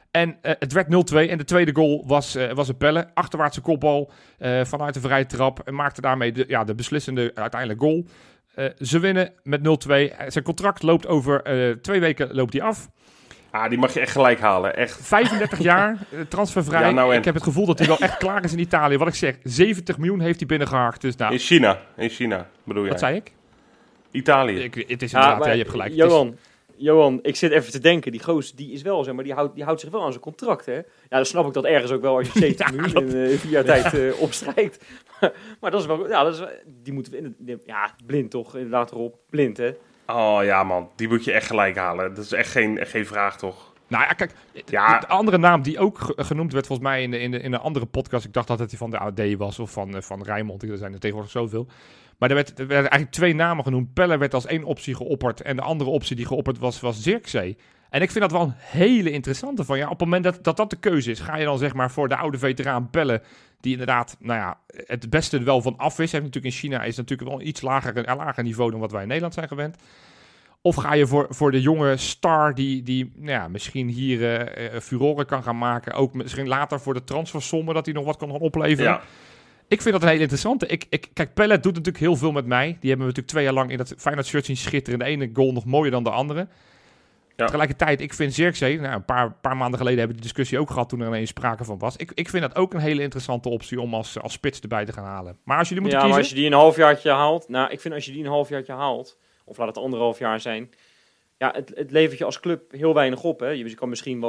Speaker 1: En het werd 0-2 en de tweede goal was een Pelle. Achterwaartse kopbal vanuit de vrije trap. En maakte daarmee de beslissende uiteindelijk goal. Ze winnen met 0-2. Zijn contract loopt over 2 weken loopt hij af.
Speaker 3: Die mag je echt gelijk halen. Echt.
Speaker 1: 35 jaar, transfervrij.
Speaker 3: Ja, nou en.
Speaker 1: Ik heb het gevoel dat hij wel echt klaar is in Italië. Wat ik zeg, 70 miljoen heeft hij binnengehaakt. Dus nou,
Speaker 3: In China bedoel jij.
Speaker 1: wat zei ik?
Speaker 3: Italië.
Speaker 1: Het is inderdaad,
Speaker 2: maar
Speaker 1: je hebt gelijk.
Speaker 2: Johan, ik zit even te denken. Die gozer, die is wel, zeg maar, die houdt zich wel aan zijn contract, hè? Ja, dan snap ik dat ergens ook wel als je 70 miljoen in 4 jaar tijd opstrijkt. Maar dat is wel, die moeten we blind toch, inderdaad erop. Blind, hè?
Speaker 3: Oh ja, man. Die moet je echt gelijk halen. Dat is echt geen vraag, toch?
Speaker 1: Nou ja, kijk,
Speaker 3: Ja.
Speaker 1: de andere naam die ook genoemd werd volgens mij in een andere podcast. Ik dacht dat het die van de AD was of van Rijnmond. Er zijn er tegenwoordig zoveel. Maar er werden eigenlijk 2 namen genoemd. Pelle werd als 1 optie geopperd en de andere optie die geopperd was Zirkzee. En ik vind dat wel een hele interessante van. Ja, op het moment dat de keuze is, ga je dan zeg maar voor de oude veteraan Pelle, die inderdaad, het beste er wel van af is. Heeft natuurlijk in China is natuurlijk wel een iets lager niveau dan wat wij in Nederland zijn gewend. Of ga je voor de jonge star die misschien hier furoren kan gaan maken. Ook misschien later voor de transfersommen dat hij nog wat kan gaan opleveren. Ja. Ik vind dat een hele interessante. Kijk, Pelle doet natuurlijk heel veel met mij. Die hebben we natuurlijk 2 jaar lang in dat Feyenoord shirt zien schitteren. De ene goal nog mooier dan de andere. Ja. Tegelijkertijd, ik vind Zirkzee, een paar maanden geleden hebben we die discussie ook gehad toen er ineens sprake van was. Ik vind dat ook een hele interessante optie om als spits erbij te gaan halen. Maar als jullie moeten kiezen...
Speaker 2: maar als je die een halfjaartje haalt... Nou, ik vind als je die een halfjaartje haalt, of laat het 1,5 jaar zijn... Ja, het levert je als club heel weinig op, hè. Je kan misschien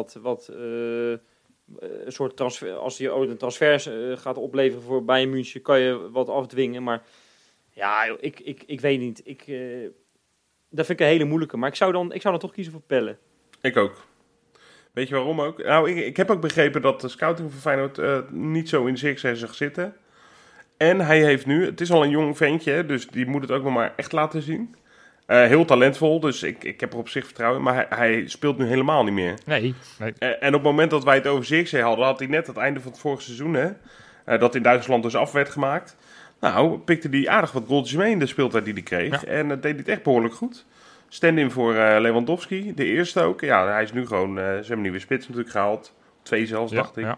Speaker 2: een soort transfer... Als je ooit een transfer gaat opleveren voor Bayern München, kan je wat afdwingen. Maar ja, ik weet niet. Dat vind ik een hele moeilijke. Maar ik zou dan toch kiezen voor Pelle.
Speaker 3: Ik ook. Weet je waarom ook? Nou, ik heb ook begrepen dat de scouting van Feyenoord niet zo in Zirkzee zag zitten. En hij heeft nu... Het is al een jong ventje, dus die moet het ook nog maar echt laten zien. Heel talentvol, dus ik heb er op zich vertrouwen in. Maar hij speelt nu helemaal niet meer.
Speaker 1: Nee.
Speaker 3: En op het moment dat wij het over Zirkzee hadden, had hij net het einde van het vorige seizoen, hè, dat in Duitsland dus af werd gemaakt. Nou, pikte hij aardig wat goaltjes mee in de speeltijd die hij kreeg. Ja. En dat deed hij het echt behoorlijk goed. Stand-in voor Lewandowski, de eerste ook. Ja, hij is nu gewoon... ze hebben een nieuwe spits natuurlijk gehaald. 2 zelfs, dacht ik. Ja.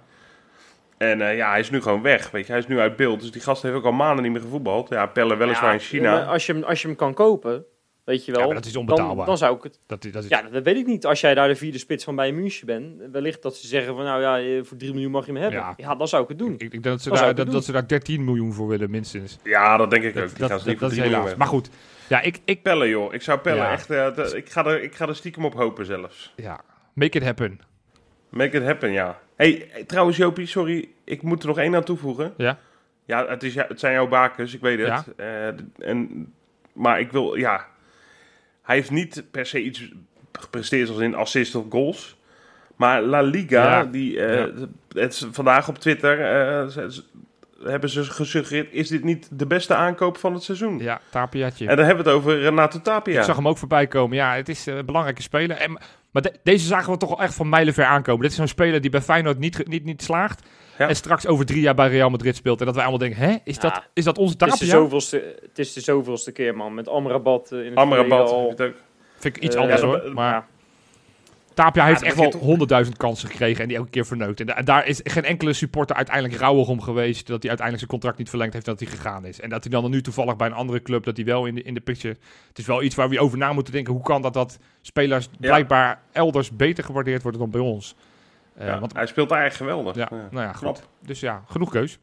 Speaker 3: En hij is nu gewoon weg, weet je. Hij is nu uit beeld. Dus die gast heeft ook al maanden niet meer gevoetbald. Ja, Pelle weliswaar in China.
Speaker 2: Als je hem kan kopen... Weet je wel,
Speaker 1: maar dat is onbetaalbaar.
Speaker 2: Dan zou ik het...
Speaker 1: Dat is...
Speaker 2: Ja, dat weet ik niet. Als jij daar de 4e spits van Bayern München bent, wellicht dat ze zeggen van voor 3 miljoen mag je hem hebben. Ja, dan zou ik het doen.
Speaker 1: Ik denk dat ze daar 13 miljoen voor willen, minstens.
Speaker 3: Ja, dat denk ik ook. Die gaan ze niet voor 3 miljoen.
Speaker 1: Maar goed. Ja, ik
Speaker 3: Pelle, joh. Ik zou Pelle echt... ik ga er stiekem op hopen zelfs.
Speaker 1: Ja, make it happen.
Speaker 3: Make it happen, ja. Hey, trouwens Jopie, sorry. Ik moet er nog 1 aan toegevoegen.
Speaker 1: Ja?
Speaker 3: Ja, het zijn jouw bakens, ik weet het. Ja. Maar ik wil... Ja... Hij heeft niet per se iets gepresteerd als in assist of goals. Maar La Liga, het vandaag op Twitter hebben ze gesuggereerd... is dit niet de beste aankoop van het seizoen?
Speaker 1: Ja, Tapiaatje.
Speaker 3: En dan hebben we het over Renato Tapia.
Speaker 1: Ik zag hem ook voorbij komen. Ja, het is een belangrijke speler. Maar deze zagen we toch al echt van mijlenver aankomen. Dit is zo'n speler die bij Feyenoord niet slaagt... Ja. En straks over 3 jaar bij Real Madrid speelt. En dat wij allemaal denken, is dat onze Tapia?
Speaker 2: Het is de zoveelste keer, man. Met Amrabat in het
Speaker 3: Amrabat,
Speaker 1: vind ik iets anders hoor. Maar Tapia heeft echt wel 100.000 kansen gekregen en die elke keer verneukt. En daar is geen enkele supporter uiteindelijk rouwig om geweest dat hij uiteindelijk zijn contract niet verlengd heeft en dat hij gegaan is. En dat hij dan nu toevallig bij een andere club, dat hij wel in de picture... Het is wel iets waar we over na moeten denken. Hoe kan dat spelers blijkbaar elders beter gewaardeerd worden dan bij ons?
Speaker 3: Want hij speelt daar echt geweldig.
Speaker 1: Ja, nou ja, goed. Dus ja, genoeg keus.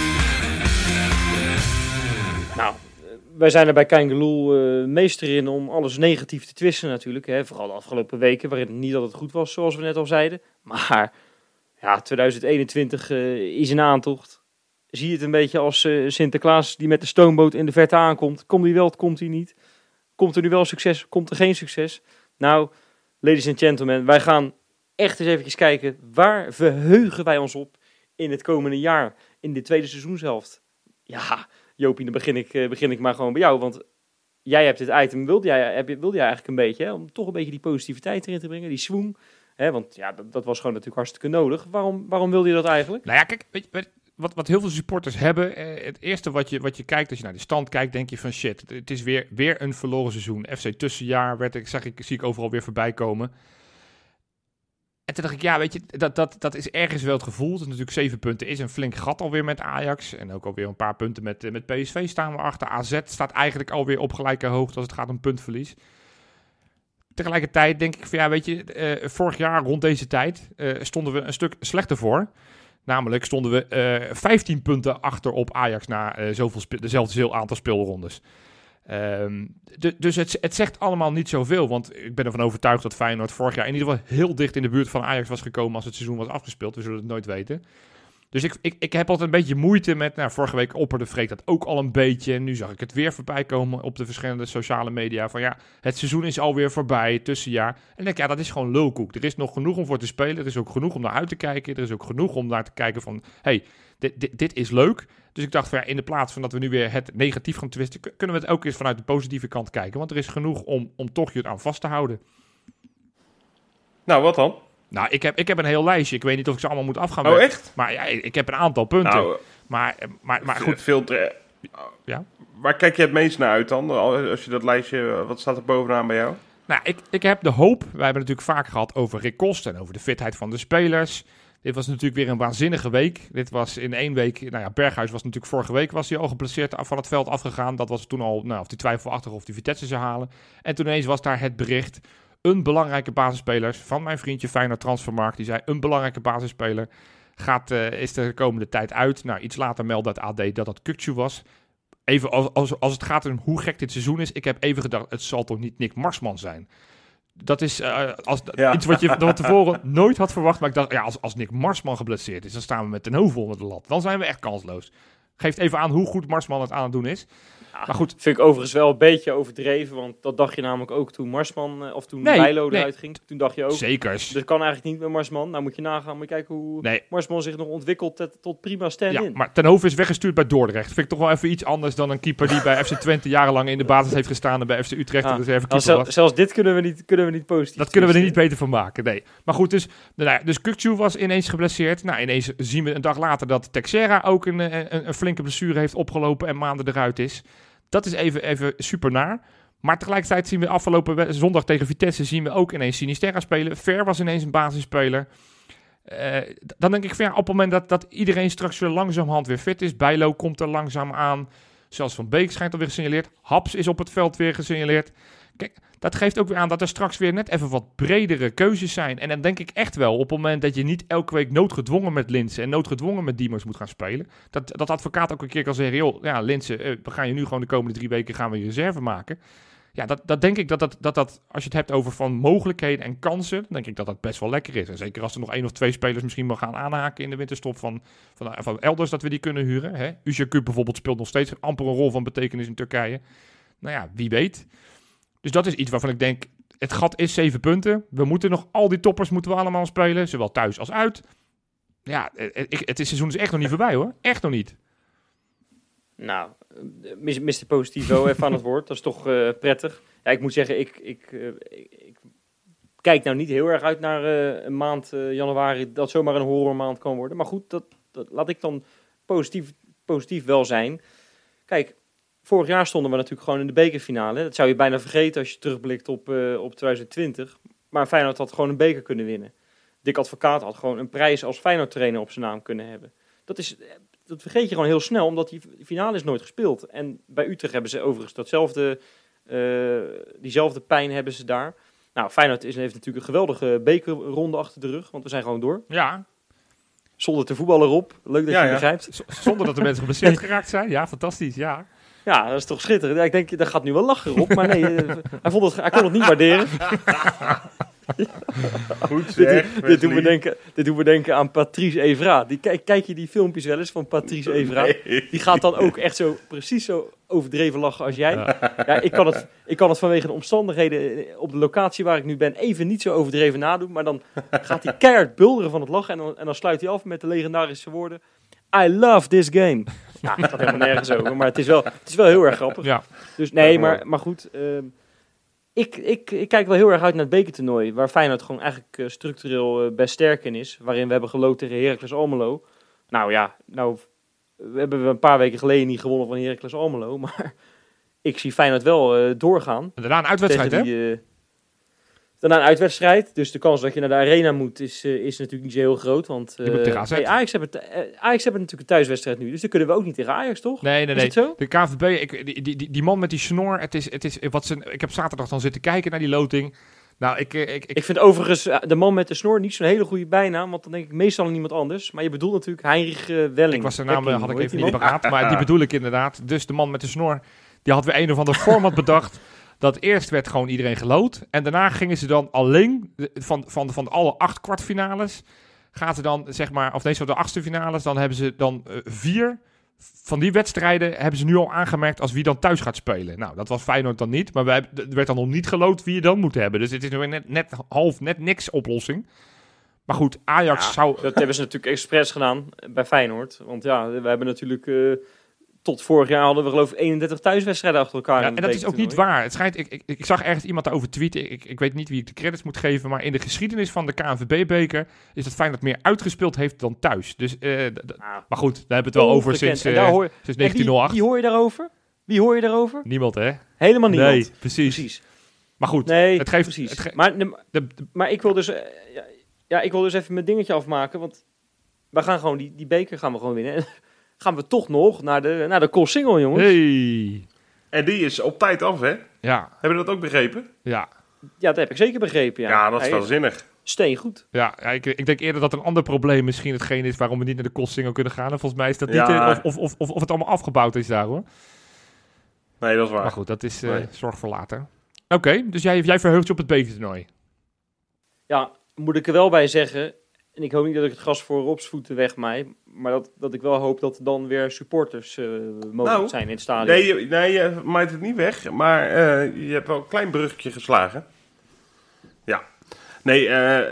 Speaker 2: Nou, wij zijn er bij Kein meester in om alles negatief te twisten natuurlijk. Hè? Vooral de afgelopen weken, waarin niet dat het goed was, zoals we net al zeiden. Maar ja, 2021 is een aantocht. Zie je het een beetje als Sinterklaas die met de stoomboot in de verte aankomt. Komt hij wel, komt hij niet? Komt er nu wel succes, komt er geen succes? Nou, ladies and gentlemen, wij gaan... echt eens even kijken, waar verheugen wij ons op in het komende jaar, in de tweede seizoenshelft? Ja, Jopie, dan begin ik maar gewoon bij jou, want jij hebt dit item, wilde jij eigenlijk een beetje, hè, om toch een beetje die positiviteit erin te brengen, die swoon, hè, want ja, dat was gewoon natuurlijk hartstikke nodig. Waarom wilde je dat eigenlijk?
Speaker 1: Nou ja, kijk, weet je, wat heel veel supporters hebben, het eerste wat je kijkt, als je naar de stand kijkt, denk je van shit, het is weer een verloren seizoen. FC tussenjaar zie ik overal weer voorbij komen. En toen dacht ik, ja, weet je, dat is ergens wel het gevoel. Dat is natuurlijk 7 punten is een flink gat alweer met Ajax. En ook alweer een paar punten met PSV staan we achter. AZ staat eigenlijk alweer op gelijke hoogte als het gaat om puntverlies. Tegelijkertijd denk ik van, ja, weet je, vorig jaar rond deze tijd stonden we een stuk slechter voor. Namelijk stonden we 15 punten achter op Ajax na dezelfde aantal speelrondes. Dus het zegt allemaal niet zoveel. Want ik ben ervan overtuigd dat Feyenoord vorig jaar in ieder geval heel dicht in de buurt van Ajax was gekomen als het seizoen was afgespeeld. We zullen het nooit weten. Dus ik heb altijd een beetje moeite met... vorige week opperde Freek dat ook al een beetje. En nu zag ik het weer voorbij komen op de verschillende sociale media. Van ja, het seizoen is alweer voorbij, tussenjaar. En denk dat is gewoon lulkoek. Er is nog genoeg om voor te spelen. Er is ook genoeg om naar uit te kijken. Er is ook genoeg om naar te kijken van... Dit is leuk. Dus ik dacht van in de plaats van dat we nu weer het negatief gaan twisten... kunnen we het ook eens vanuit de positieve kant kijken. Want er is genoeg om toch je aan vast te houden.
Speaker 3: Nou, wat dan?
Speaker 1: Nou, ik heb een heel lijstje. Ik weet niet of ik ze allemaal moet afgaan.
Speaker 3: Oh, echt?
Speaker 1: Maar ja, ik heb een aantal punten.
Speaker 3: Nou,
Speaker 1: maar goed.
Speaker 3: Ja. Waar kijk je het meest naar uit dan? Als je dat lijstje... Wat staat er bovenaan bij jou?
Speaker 1: Nou, ik heb de hoop... Wij hebben natuurlijk vaak gehad over Rick Kost en over de fitheid van de spelers. Dit was natuurlijk weer een waanzinnige week. Dit was in 1 week... Nou ja, Berghuis was natuurlijk vorige week... was hij al geblesseerd van het veld afgegaan. Dat was toen al... of die twijfelachtig of die Vitesse zou halen. En toen ineens was daar het bericht... Een belangrijke basisspeler van mijn vriendje Feyenoord Transfermarkt. Die zei, een belangrijke basisspeler is de komende tijd uit. Nou, iets later meldde het AD dat Kukçu was. Even als het gaat om hoe gek dit seizoen is. Ik heb even gedacht, het zal toch niet Nick Marsman zijn? Dat is iets wat je van tevoren nooit had verwacht. Maar ik dacht, ja, als Nick Marsman geblesseerd is, dan staan we met ten hoofd onder de lat. Dan zijn we echt kansloos. Geeft even aan hoe goed Marsman het aan het doen is.
Speaker 2: Ja,
Speaker 1: maar goed.
Speaker 2: Vind ik overigens wel een beetje overdreven, want dat dacht je namelijk ook toen Marsman, of toen Bijlo eruit ging. Toen dacht je ook,
Speaker 1: zekers.
Speaker 2: Dat kan eigenlijk niet met Marsman. Nou moet je nagaan, moet je kijken hoe Marsman zich nog ontwikkelt tot prima stand-in.
Speaker 1: Ja, maar ten hoofd is weggestuurd bij Dordrecht. Vind ik toch wel even iets anders dan een keeper die bij FC Twente jarenlang in de basis heeft gestaan en bij FC Utrecht de reservekeeper was.
Speaker 2: Zelfs dit kunnen we niet positief.
Speaker 1: Dat kunnen we er niet beter van maken, nee. Maar goed, dus Kukçu was ineens geblesseerd. Nou, ineens zien we een dag later dat Texera ook een flinke blessure heeft opgelopen en maanden eruit is. Dat is even super naar. Maar tegelijkertijd zien we afgelopen zondag tegen Vitesse zien we ook ineens Sinisterra spelen. Ver was ineens een basisspeler. Dan denk ik van op het moment dat iedereen straks weer langzamerhand weer fit is. Bijlo komt er langzaam aan. Zelfs Van Beek schijnt alweer gesignaleerd. Haps is op het veld weer gesignaleerd. Kijk, dat geeft ook weer aan dat er straks weer net even wat bredere keuzes zijn. En dan denk ik echt wel, op het moment dat je niet elke week noodgedwongen met Linssen en noodgedwongen met Diemers moet gaan spelen. Dat advocaat ook een keer kan zeggen, joh, ja, Linssen, we gaan je nu gewoon de komende 3 weken gaan we je reserve maken. Ja, dat denk ik dat als je het hebt over van mogelijkheden en kansen, dan denk ik dat best wel lekker is. En zeker als er nog 1 of 2 spelers misschien wel gaan aanhaken in de winterstop van elders, dat we die kunnen huren. Hè? Uzerkub bijvoorbeeld speelt nog steeds amper een rol van betekenis in Turkije. Nou ja, wie weet. Dus dat is iets waarvan ik denk, het gat is 7 punten. We moeten nog, al die toppers moeten we allemaal spelen, zowel thuis als uit. Ja, het seizoen is echt nog niet voorbij hoor. Echt nog niet.
Speaker 2: Nou, Mr. Positief wel even aan het woord. Dat is toch prettig. Ja, ik moet zeggen, ik kijk nou niet heel erg uit naar een maand januari dat zomaar een horrormaand kan worden. Maar goed, dat laat ik dan positief wel zijn. Kijk, vorig jaar stonden we natuurlijk gewoon in de bekerfinale. Dat zou je bijna vergeten als je terugblikt op 2020. Maar Feyenoord had gewoon een beker kunnen winnen. Dick Advocaat had gewoon een prijs als Feyenoord-trainer op zijn naam kunnen hebben. Dat vergeet je gewoon heel snel, omdat die finale is nooit gespeeld. En bij Utrecht hebben ze overigens diezelfde pijn hebben ze daar. Nou, Feyenoord heeft natuurlijk een geweldige bekerronde achter de rug, want we zijn gewoon door.
Speaker 1: Ja.
Speaker 2: Zonder te voetballen erop. Leuk dat je begrijpt.
Speaker 1: Zonder dat de mensen geblesseerd geraakt zijn. Ja, fantastisch, ja.
Speaker 2: Ja, dat is toch schitterend. Ja, ik denk, dat gaat nu wel lachen op, maar nee, hij kon het niet waarderen.
Speaker 3: Goed zeg,
Speaker 2: dit doen we denken aan Patrice Evra. Kijk je die filmpjes wel eens van Patrice Evra? Nee. Die gaat dan ook echt precies zo overdreven lachen als jij. Ja, ik kan het vanwege de omstandigheden op de locatie waar ik nu ben even niet zo overdreven nadoen. Maar dan gaat hij keihard bulderen van het lachen en dan sluit hij af met de legendarische woorden: I love this game. Ja, dat gaat helemaal nergens over, maar het is wel heel erg grappig. Ja. Dus nee, maar goed. Ik kijk wel heel erg uit naar het bekertoernooi, waar Feyenoord gewoon eigenlijk structureel best sterk in is. Waarin we hebben geloot tegen Heracles Almelo. We hebben een paar weken geleden niet gewonnen van Heracles Almelo, maar ik zie Feyenoord wel doorgaan.
Speaker 1: En daarna een uitwedstrijd, hè?
Speaker 2: Daarna een uitwedstrijd. Dus de kans dat je naar de arena moet is natuurlijk niet zo heel groot. Want
Speaker 1: Je moet tegen AZ.
Speaker 2: Ajax hebben natuurlijk een thuiswedstrijd nu. Dus dan kunnen we ook niet tegen Ajax, toch?
Speaker 1: Nee.
Speaker 2: Is het zo?
Speaker 1: De KNVB, die man met die snor, ik heb zaterdag dan zitten kijken naar die loting. Nou,
Speaker 2: Ik vind overigens de man met de snor niet zo'n hele goede bijnaam. Want dan denk ik meestal aan iemand anders. Maar je bedoelt natuurlijk Heinrich Welling.
Speaker 1: Ik was zijn naam,
Speaker 2: Hecking,
Speaker 1: had ik
Speaker 2: hoe
Speaker 1: even
Speaker 2: heet
Speaker 1: niet
Speaker 2: die man?
Speaker 1: paraat, maar die bedoel ik inderdaad. Dus de man met de snor, die had weer een of ander format bedacht. Dat eerst werd gewoon iedereen geloot. En daarna gingen ze dan alleen van alle 8 kwartfinales. Gaan ze dan, zeg maar, of nee, zo de 8e finales. Dan hebben ze dan 4 van die wedstrijden hebben ze nu al aangemerkt als wie dan thuis gaat spelen. Nou, dat was Feyenoord dan niet. Maar er werd dan nog niet geloot wie je dan moet hebben. Dus het is nu net niks oplossing. Maar goed, Ajax zou...
Speaker 2: Dat hebben ze natuurlijk expres gedaan bij Feyenoord. Want ja, we hebben natuurlijk... tot vorig jaar hadden we geloof ik 31 thuiswedstrijden achter elkaar.
Speaker 1: Ja, en dat is ook niet waar. Het schijnt, ik zag ergens iemand daarover tweeten. Ik weet niet wie ik de credits moet geven. Maar in de geschiedenis van de KNVB-beker is het Feyenoord meer uitgespeeld heeft dan thuis. Dus, maar goed, daar hebben we het wel over sinds 1908.
Speaker 2: Wie hoor je daarover? Wie hoor je daarover?
Speaker 1: Niemand, hè?
Speaker 2: Helemaal niemand.
Speaker 1: Nee, precies. Maar goed,
Speaker 2: nee,
Speaker 1: het geeft...
Speaker 2: precies. Maar ik wil dus... ik wil dus even mijn dingetje afmaken. Want we gaan gewoon die beker gaan we gewoon winnen. Gaan we toch nog naar de Koolsingel, jongens.
Speaker 1: Hey.
Speaker 3: En die is op tijd af, hè?
Speaker 1: Ja.
Speaker 3: Hebben we dat ook begrepen?
Speaker 1: Ja.
Speaker 2: Ja, dat heb ik zeker begrepen, ja.
Speaker 3: Ja, dat is wel zinnig.
Speaker 2: Steengoed.
Speaker 1: Ja, ik denk eerder dat een ander probleem misschien hetgeen is waarom we niet naar de Koolsingel kunnen gaan. En volgens mij is dat niet... Of het allemaal afgebouwd is daar, hoor.
Speaker 3: Nee, dat is waar.
Speaker 1: Maar goed, dat is zorg voor later. Oké, dus jij verheugt je op het bekertoernooi.
Speaker 2: Ja, moet ik er wel bij zeggen... En ik hoop niet dat ik het gras voor Rob's voeten wegmaai. Maar dat ik wel hoop dat er dan weer supporters mogelijk zijn in het stadion.
Speaker 3: Nee, je maait het niet weg. Maar je hebt wel een klein bruggetje geslagen. Ja. Nee,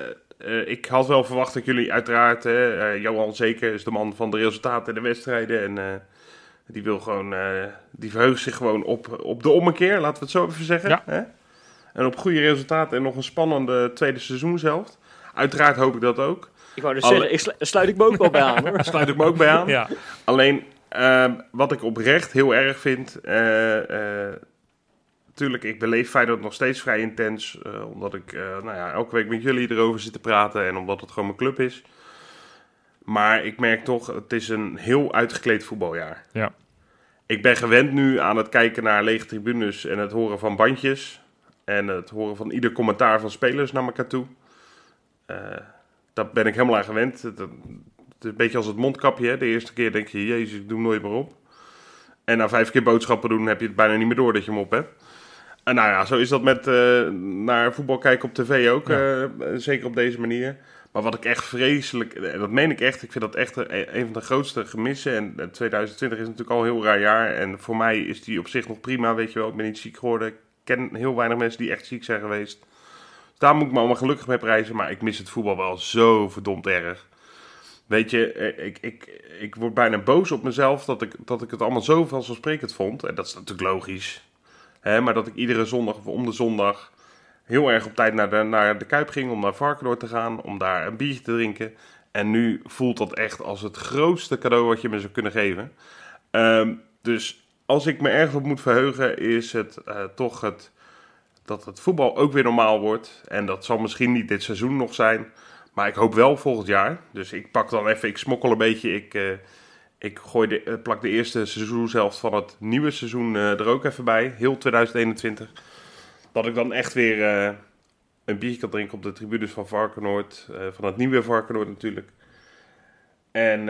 Speaker 3: ik had wel verwacht dat jullie uiteraard... Johan zeker is de man van de resultaten en de wedstrijden. En die wil gewoon... die verheugt zich gewoon op de ommekeer. Laten we het zo even zeggen.
Speaker 1: Ja.
Speaker 3: Hè? En op goede resultaten en nog een spannende tweede seizoenshelft. Uiteraard hoop ik dat ook.
Speaker 2: Ik wou dus zeggen, sluit ik me ook wel bij aan, hoor.
Speaker 3: Sluit ik me ook bij aan.
Speaker 1: Ja.
Speaker 3: Alleen, wat ik oprecht heel erg vind... Natuurlijk, ik beleef Feyenoord nog steeds vrij intens. Omdat ik elke week met jullie erover zit te praten. En omdat het gewoon mijn club is. Maar ik merk toch, het is een heel uitgekleed voetbaljaar.
Speaker 1: Ja. Ik
Speaker 3: ben gewend nu aan het kijken naar lege tribunes en het horen van bandjes. En het horen van ieder commentaar van spelers naar elkaar toe. Daar ben ik helemaal aan gewend. Het is een beetje als het mondkapje. Hè? De eerste keer denk je, jezus, ik doe hem nooit meer op. En na 5 keer boodschappen doen heb je het bijna niet meer door dat je hem op hebt. En nou ja, zo is dat met naar voetbal kijken op tv ook. Ja. Zeker op deze manier. Maar wat ik echt vreselijk, en dat meen ik echt, ik vind dat echt een van de grootste gemissen. En 2020 is natuurlijk al een heel raar jaar. En voor mij is die op zich nog prima, weet je wel. Ik ben niet ziek geworden. Ik ken heel weinig mensen die echt ziek zijn geweest. Daar moet ik me allemaal gelukkig mee prijzen, maar ik mis het voetbal wel zo verdomd erg. Weet je, ik word bijna boos op mezelf dat ik het allemaal zo vanzelfsprekend vond. En dat is natuurlijk logisch. Hè, maar dat ik iedere zondag of om de zondag heel erg op tijd naar de Kuip ging om naar Varkenoord te gaan, om daar een biertje te drinken. En nu voelt dat echt als het grootste cadeau wat je me zou kunnen geven. Dus als ik me ergens op moet verheugen, is het toch dat het voetbal ook weer normaal wordt. En dat zal misschien niet dit seizoen nog zijn. Maar ik hoop wel volgend jaar. Dus ik pak dan even, ik smokkel een beetje. Ik plak de eerste seizoenshelft van het nieuwe seizoen er ook even bij. Heel 2021. Dat ik dan echt weer een biertje kan drinken op de tribunes van Varkenoord. Van het nieuwe Varkenoord natuurlijk. En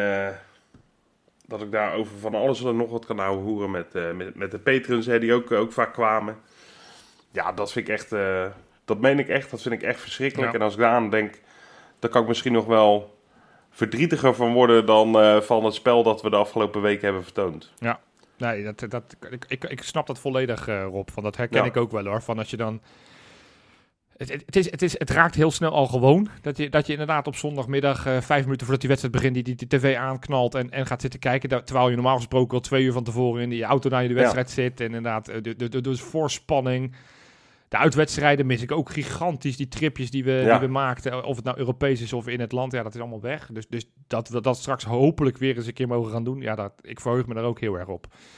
Speaker 3: dat ik daar over van alles en nog wat kan houden met de patrons die ook vaak kwamen. Ja, dat vind ik echt, dat meen ik echt, dat vind ik echt verschrikkelijk. Ja. En als ik daar aan denk, dan kan ik misschien nog wel verdrietiger van worden dan van het spel dat we de afgelopen weken hebben vertoond.
Speaker 1: Ja, nee, ik snap dat volledig, Rob. Van dat herken ik ook wel, hoor. Van als je dan... Het raakt heel snel al gewoon. Dat je inderdaad op zondagmiddag 5 minuten voordat die wedstrijd begint, die tv aanknalt en gaat zitten kijken. Terwijl je normaal gesproken al 2 uur van tevoren in die auto naar je wedstrijd zit. En inderdaad, de voorspanning. De uitwedstrijden mis ik ook gigantisch. Die tripjes die we maakten. Of het nou Europees is of in het land. Ja, dat is allemaal weg. Dus dat we dat straks hopelijk weer eens een keer mogen gaan doen. Ja, ik verheug me daar ook heel erg op.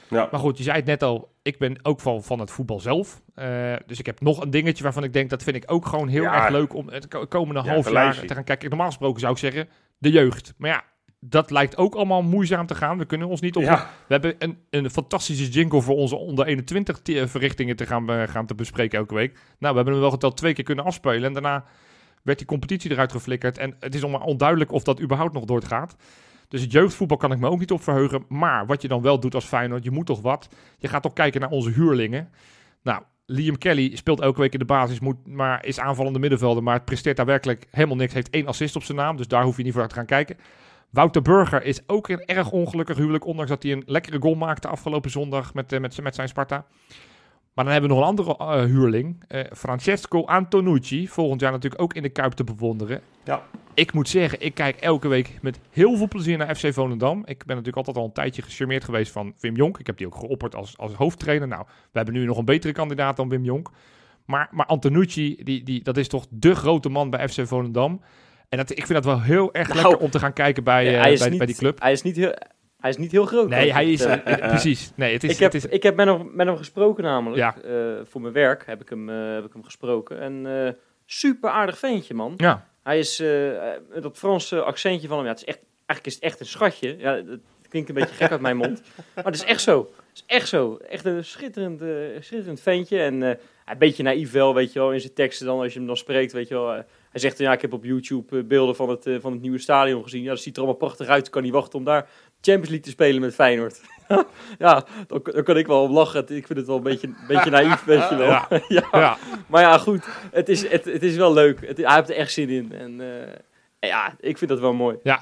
Speaker 3: Ja.
Speaker 1: Maar goed, je zei het net al, ik ben ook van het voetbal zelf. Dus ik heb nog een dingetje waarvan ik denk, dat vind ik ook gewoon heel erg leuk om het komende half jaar te gaan kijken. Normaal gesproken zou ik zeggen, de jeugd. Maar ja, dat lijkt ook allemaal moeizaam te gaan. We kunnen ons niet op...
Speaker 3: Ja.
Speaker 1: We hebben een fantastische jingle voor onze onder 21 verrichtingen te bespreken elke week. Nou, we hebben hem wel geteld 2 keer kunnen afspelen. En daarna werd die competitie eruit geflikkerd. En het is allemaal onduidelijk of dat überhaupt nog doorgaat. Dus het jeugdvoetbal kan ik me ook niet op verheugen. Maar wat je dan wel doet als Feyenoord, je moet toch wat. Je gaat toch kijken naar onze huurlingen. Nou, Liam Kelly speelt elke week in de basis, maar is aanvallende middenvelder. Maar het presteert daar werkelijk helemaal niks. Heeft 1 assist op zijn naam, dus daar hoef je niet voor te gaan kijken. Wouter Burger is ook een erg ongelukkig huwelijk, ondanks dat hij een lekkere goal maakte afgelopen zondag met zijn Sparta. Maar dan hebben we nog een andere huurling, Francesco Antonucci, volgend jaar natuurlijk ook in de Kuip te bewonderen. Ja. Ik moet zeggen, ik kijk elke week met heel veel plezier naar FC Volendam. Ik ben natuurlijk altijd al een tijdje gecharmeerd geweest van Wim Jonk. Ik heb die ook geopperd als hoofdtrainer. Nou, we hebben nu nog een betere kandidaat dan Wim Jonk. Maar Antonucci, dat is toch de grote man bij FC Volendam. En ik vind dat wel heel erg lekker om te gaan kijken bij die club.
Speaker 2: Hij is niet heel groot.
Speaker 1: Nee, hij is... precies. Nee,
Speaker 2: ik heb met hem gesproken namelijk. Ja. Voor mijn werk heb ik hem gesproken. En super aardig ventje, man.
Speaker 1: Ja.
Speaker 2: Hij is... dat Franse accentje van hem... Ja, eigenlijk is het echt een schatje. Ja, het klinkt een beetje gek uit mijn mond. Maar het is echt zo. Het is echt zo. Echt een schitterend ventje. En een beetje naïef wel, weet je wel. In zijn teksten dan, als je hem dan spreekt, weet je wel... Hij zegt, ja, ik heb op YouTube beelden van het nieuwe stadion gezien. Ja, dat ziet er allemaal prachtig uit. Ik kan niet wachten om daar Champions League te spelen met Feyenoord. Ja, dan kan ik wel om lachen. Ik vind het wel een beetje naïef, weet je wel. Ja. Ja. Maar ja, goed. Het is wel leuk. Hij heeft er echt zin in. En ja, ik vind dat wel mooi.
Speaker 1: Ja,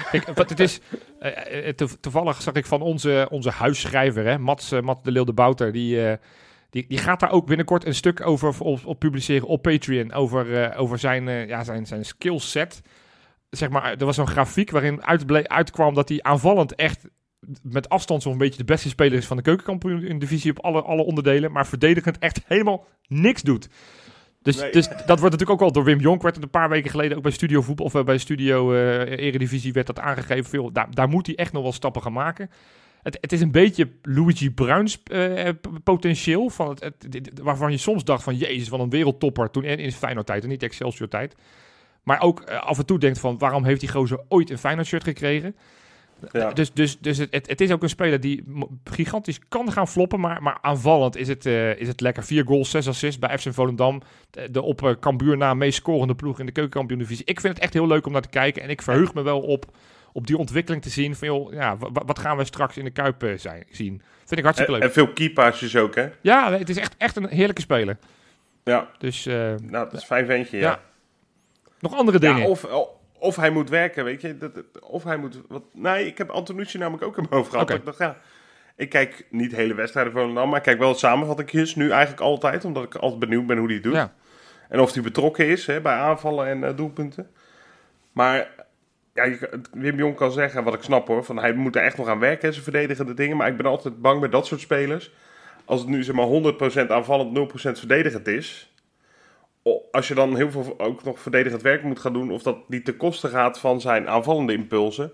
Speaker 1: toevallig zag ik van onze huisschrijver, hè, Mats de Leeuw de Bouter, die gaat daar ook binnenkort een stuk over op publiceren op Patreon. Over zijn skillset. Zeg maar, er was zo'n grafiek waarin uitkwam dat hij aanvallend echt met afstand zo'n beetje de beste speler is van de keukenkampioen-divisie op alle onderdelen. Maar verdedigend echt helemaal niks doet. Dus dat wordt natuurlijk ook al door Wim Jonk, werd het een paar weken geleden ook bij Studio Voetbal, of bij Studio Eredivisie werd dat aangegeven. Veel, daar moet hij echt nog wel stappen gaan maken. Het is een beetje Luigi Bruins potentieel, waarvan je soms dacht van jezus, van een wereldtopper toen in Feyenoord-tijd en niet Excelsior-tijd. Maar ook af en toe denkt van waarom heeft die gozer ooit een Feyenoord-shirt gekregen? Ja. Dus het is ook een speler die gigantisch kan gaan floppen, maar aanvallend is het lekker. 4 goals, 6 assists bij FC Volendam. De op Cambuur na meest scorende ploeg in de keukenkampioen-divisie. Ik vind het echt heel leuk om naar te kijken en ik verheug me wel op die ontwikkeling te zien van, joh, ja, wat gaan we straks in de Kuip zien. Vind ik hartstikke leuk.
Speaker 3: En veel keypasses ook, hè?
Speaker 1: Ja, het is echt een heerlijke speler.
Speaker 3: Ja.
Speaker 1: Dus,
Speaker 3: nou, dat is een fijn ventje, ja.
Speaker 1: Nog andere dingen?
Speaker 3: Ja, of hij moet werken, weet je. Of hij moet... Nee, ik heb Antonucci namelijk ook in mijn hoofd gehad. Okay. Ik kijk niet de hele wedstrijden van Volendam, maar ik kijk wel het samenvattingjes nu eigenlijk altijd, omdat ik altijd benieuwd ben hoe hij het doet. Ja. En of hij betrokken is bij aanvallen en doelpunten. Maar... Ja, Wim Jong kan zeggen, wat ik snap hoor, van hij moet er echt nog aan werken, zijn verdedigende dingen. Maar ik ben altijd bang met dat soort spelers. Als het nu zeg maar 100% aanvallend, 0% verdedigend is. Als je dan heel veel ook nog verdedigend werk moet gaan doen, of dat niet ten koste gaat van zijn aanvallende impulsen.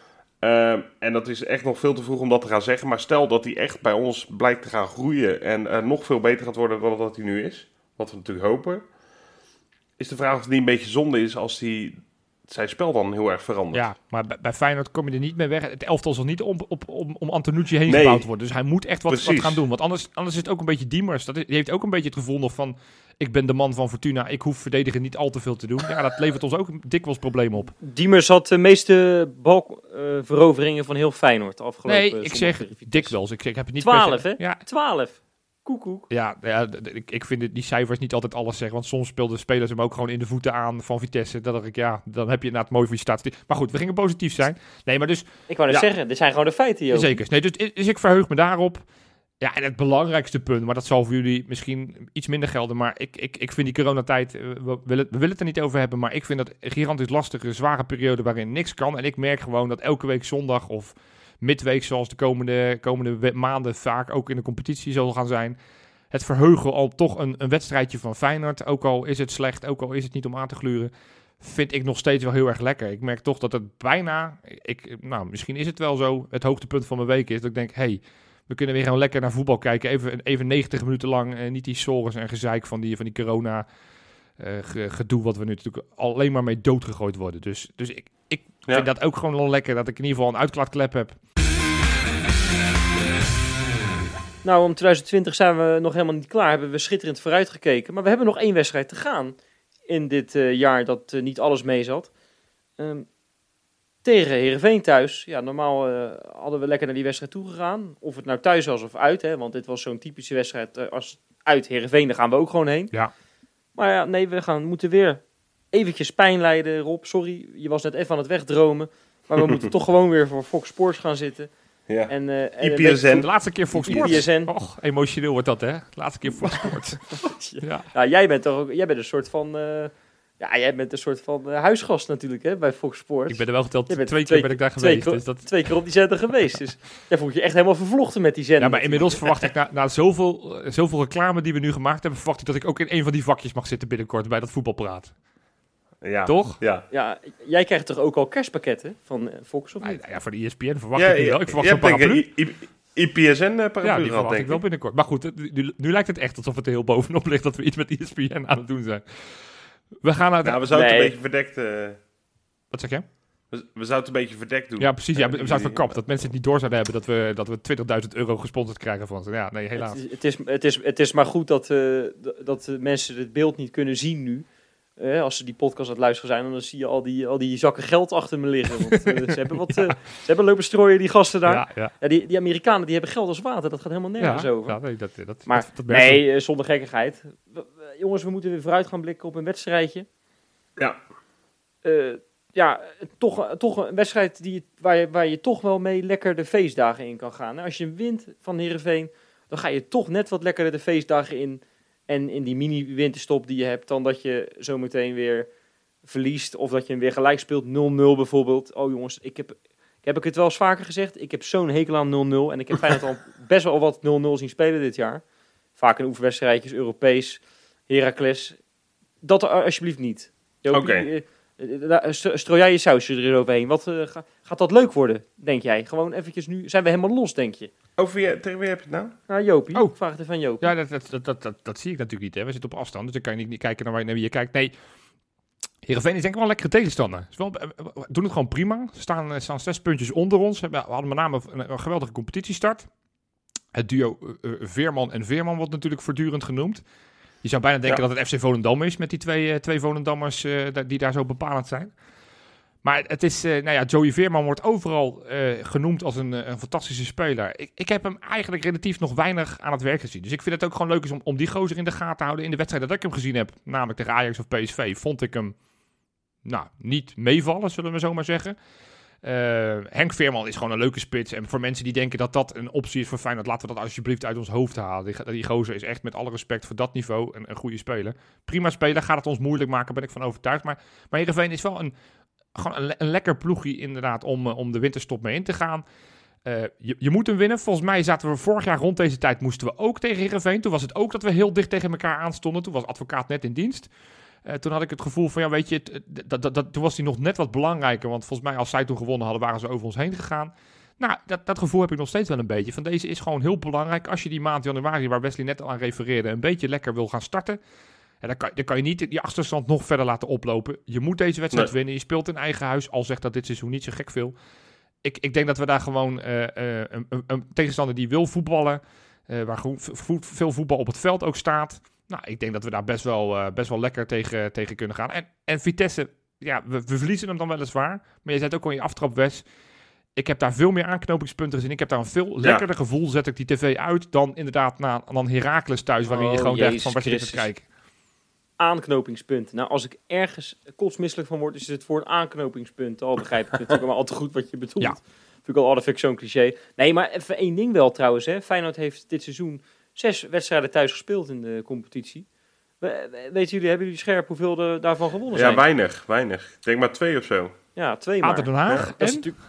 Speaker 3: En dat is echt nog veel te vroeg om dat te gaan zeggen. Maar stel dat hij echt bij ons blijkt te gaan groeien en nog veel beter gaat worden dan dat hij nu is. Wat we natuurlijk hopen. Is de vraag of het niet een beetje zonde is als hij... zijn spel dan heel erg veranderd.
Speaker 1: Ja, maar bij Feyenoord kom je er niet mee weg. Het elftal zal niet om Antonucci heen gebouwd worden. Dus hij moet echt wat gaan doen. Want anders is het ook een beetje Diemers. Die heeft ook een beetje het gevoel nog van... ik ben de man van Fortuna. Ik hoef verdedigen niet al te veel te doen. Ja, dat levert ons ook dikwijls problemen op.
Speaker 2: Diemers had de meeste balveroveringen van heel Feyenoord afgelopen.
Speaker 1: Nee, ik zeg dikwijls. Ik heb het niet
Speaker 2: 12, hè? Ja. 12. Koekoek.
Speaker 1: Ja, ik vind die cijfers niet altijd alles zeggen. Want soms speelden spelers hem ook gewoon in de voeten aan van Vitesse. Dan dacht ik, ja, dan heb je inderdaad mooi voor je statistiek. Maar goed, we gingen positief zijn. Nee, maar dus...
Speaker 2: Ik wou net zeggen, dit zijn gewoon de feiten, joh.
Speaker 1: Zeker. Nee, dus ik verheug me daarop. Ja, en het belangrijkste punt, maar dat zal voor jullie misschien iets minder gelden. Maar ik vind die coronatijd, we willen het er niet over hebben. Maar ik vind dat een gigantisch lastige, zware periode waarin niks kan. En ik merk gewoon dat elke week zondag of... midweek, zoals de komende maanden vaak ook in de competitie zal gaan zijn. Het verheugen al toch een wedstrijdje van Feyenoord. Ook al is het slecht, ook al is het niet om aan te gluren. Vind ik nog steeds wel heel erg lekker. Ik merk toch dat het bijna, misschien is het wel zo, het hoogtepunt van mijn week is. Dat ik denk, We kunnen weer gewoon lekker naar voetbal kijken. Even 90 minuten lang. Niet die sores en gezeik van die corona gedoe wat we nu natuurlijk alleen maar mee doodgegooid worden. Dus ik vind dat ook gewoon wel lekker dat ik in ieder geval een uitlaatklep heb.
Speaker 2: Nou, om 2020 zijn we nog helemaal niet klaar. Hebben we schitterend vooruitgekeken. Maar we hebben nog 1 wedstrijd te gaan in dit jaar dat niet alles mee zat. Tegen Heerenveen thuis. Ja, normaal hadden we lekker naar die wedstrijd toegegaan. Of het nou thuis was of uit. Hè, want dit was zo'n typische wedstrijd. Als uit Heerenveen, daar gaan we ook gewoon heen.
Speaker 1: Ja.
Speaker 2: Maar ja, nee, moeten weer eventjes pijn lijden, Rob. Sorry, je was net even aan het wegdromen. Maar we moeten toch gewoon weer voor Fox Sports gaan zitten.
Speaker 3: Ja.
Speaker 2: En
Speaker 3: IPSN.
Speaker 1: De laatste keer Fox Sports.
Speaker 2: IPSN.
Speaker 1: Och, emotioneel wordt dat, hè? De laatste keer Fox Sports. Ja.
Speaker 2: Ja, jij bent een soort van... jij bent een soort van huisgast natuurlijk, hè, bij Fox Sports.
Speaker 1: Ik ben er wel geteld. 2 keer ben ik daar geweest. Dus dat...
Speaker 2: 2 keer op die zender geweest. Dus jij voelt je echt helemaal vervlochten met die zender.
Speaker 1: Ja, maar inmiddels verwacht ik na zoveel reclame die we nu gemaakt hebben, verwacht ik dat ik ook in een van die vakjes mag zitten binnenkort bij dat voetbalpraat.
Speaker 3: Ja.
Speaker 1: Toch?
Speaker 3: Ja.
Speaker 2: Ja, jij krijgt toch ook al kerstpakketten van Fox, of niet?
Speaker 1: Ja, voor de ESPN verwacht ik niet wel. Ik verwacht zo'n
Speaker 3: denk
Speaker 1: paraplu.
Speaker 3: IPSN paraplu.
Speaker 1: Ja, die verwacht ik wel binnenkort. Maar goed, nu lijkt het echt alsof het er heel bovenop ligt dat we iets met ESPN aan het doen zijn. We gaan naar...
Speaker 3: we zouden het een beetje verdekt...
Speaker 1: Wat zeg je?
Speaker 3: We zouden het een beetje verdekt doen.
Speaker 1: Ja, precies. Ja, we zouden verkapt. Dat mensen het niet door zouden hebben dat we €20.000 gesponsord krijgen van ze. Ja, nee, helaas.
Speaker 2: Het is maar goed dat mensen het beeld niet kunnen zien nu. Als ze die podcast aan het luisteren zijn, dan zie je al die zakken geld achter me liggen. Want ze hebben lopen strooien, die gasten daar. Ja, die Amerikanen die hebben geld als water. Dat gaat helemaal nergens over.
Speaker 1: Ja, nee, dat
Speaker 2: zonder gekkigheid. Jongens, we moeten weer vooruit gaan blikken op een wedstrijdje.
Speaker 3: Ja.
Speaker 2: Toch een wedstrijd waar je toch wel mee lekker de feestdagen in kan gaan. Als je wint van Heerenveen, dan ga je toch net wat lekkerder de feestdagen in. En in die mini-winterstop die je hebt, dan dat je zometeen weer verliest. Of dat je hem weer gelijk speelt, 0-0 bijvoorbeeld. Oh jongens, heb ik het wel eens vaker gezegd. Ik heb zo'n hekel aan 0-0. En ik heb Feyenoord al best wel wat 0-0 zien spelen dit jaar. Vaak in oefenwedstrijdjes, Europees, Heracles. Dat alsjeblieft niet. Oké. Strooi jij je sausje eroverheen. Gaat dat leuk worden, denk jij? Gewoon eventjes nu, zijn we helemaal los, denk je?
Speaker 3: Tegen wie heb je het nou?
Speaker 2: Nou, Jopie. Ik vraag het even aan Jopie.
Speaker 1: Ja, dat zie ik natuurlijk niet. Hè. We zitten op afstand, dus dan kan je niet kijken naar wie je kijkt. Nee, Heerenveen is denk ik wel een lekkere tegenstander. Doen het gewoon prima. Ze staan 6 puntjes onder ons. We hadden met name een geweldige competitiestart. Het duo Veerman en Veerman wordt natuurlijk voortdurend genoemd. Je zou bijna denken dat het FC Volendam is met die twee Volendammers die daar zo bepalend zijn. Maar het is, Joey Veerman wordt overal genoemd als een fantastische speler. Ik heb hem eigenlijk relatief nog weinig aan het werk gezien. Dus ik vind het ook gewoon leuk om die gozer in de gaten te houden. In de wedstrijd dat ik hem gezien heb, namelijk tegen Ajax of PSV, vond ik hem niet meevallen, zullen we zo maar zeggen. Henk Veerman is gewoon een leuke spits. En voor mensen die denken dat dat een optie is voor Feyenoord, laten we dat alsjeblieft uit ons hoofd halen. Die gozer is echt met alle respect voor dat niveau een goede speler. Prima speler, gaat het ons moeilijk maken, ben ik van overtuigd. Maar Heerenveen is wel een lekker ploegje inderdaad om de winterstop mee in te gaan. Je moet hem winnen. Volgens mij zaten we vorig jaar rond deze tijd, moesten we ook tegen Heerenveen. Toen was het ook dat we heel dicht tegen elkaar aanstonden. Toen was Advocaat net in dienst. Toen had ik het gevoel van, toen was hij nog net wat belangrijker. Want volgens mij als zij toen gewonnen hadden, waren ze over ons heen gegaan. Nou, dat gevoel heb ik nog steeds wel een beetje. Van deze is gewoon heel belangrijk. Als je die maand januari, waar Wesley net al aan refereerde, een beetje lekker wil gaan starten. Ja, dan kan je niet die achterstand nog verder laten oplopen. Je moet deze wedstrijd winnen. Je speelt in eigen huis, al zegt dat dit seizoen niet zo gek veel. Ik denk dat we daar gewoon een tegenstander die wil voetballen, waar veel voetbal op het veld ook staat. Nou, ik denk dat we daar best wel lekker tegen kunnen gaan. En Vitesse, ja, we verliezen hem dan weliswaar. Maar je zei het ook al in je aftrap, Wes. Ik heb daar veel meer aanknopingspunten gezien. Ik heb daar een veel lekkerder gevoel. Zet ik die tv uit dan inderdaad dan Heracles thuis, waarin je gewoon denkt van waar zit ik te kijken.
Speaker 2: Aanknopingspunt. Nou, als ik ergens kotsmisselijk van word, is het voor een aanknopingspunt. Al begrijp ik natuurlijk maar al te goed wat je bedoelt. Ja. Vind ik zo'n cliché. Nee, maar even één ding wel trouwens. Hè. Feyenoord heeft dit seizoen 6 wedstrijden thuis gespeeld in de competitie. Hebben jullie scherp hoeveel daarvan gewonnen zijn?
Speaker 3: Ja, weinig. Ik denk maar 2 of zo.
Speaker 2: Ja, 2 maar.
Speaker 1: ADO Den Haag
Speaker 2: ja, dat is natuurlijk...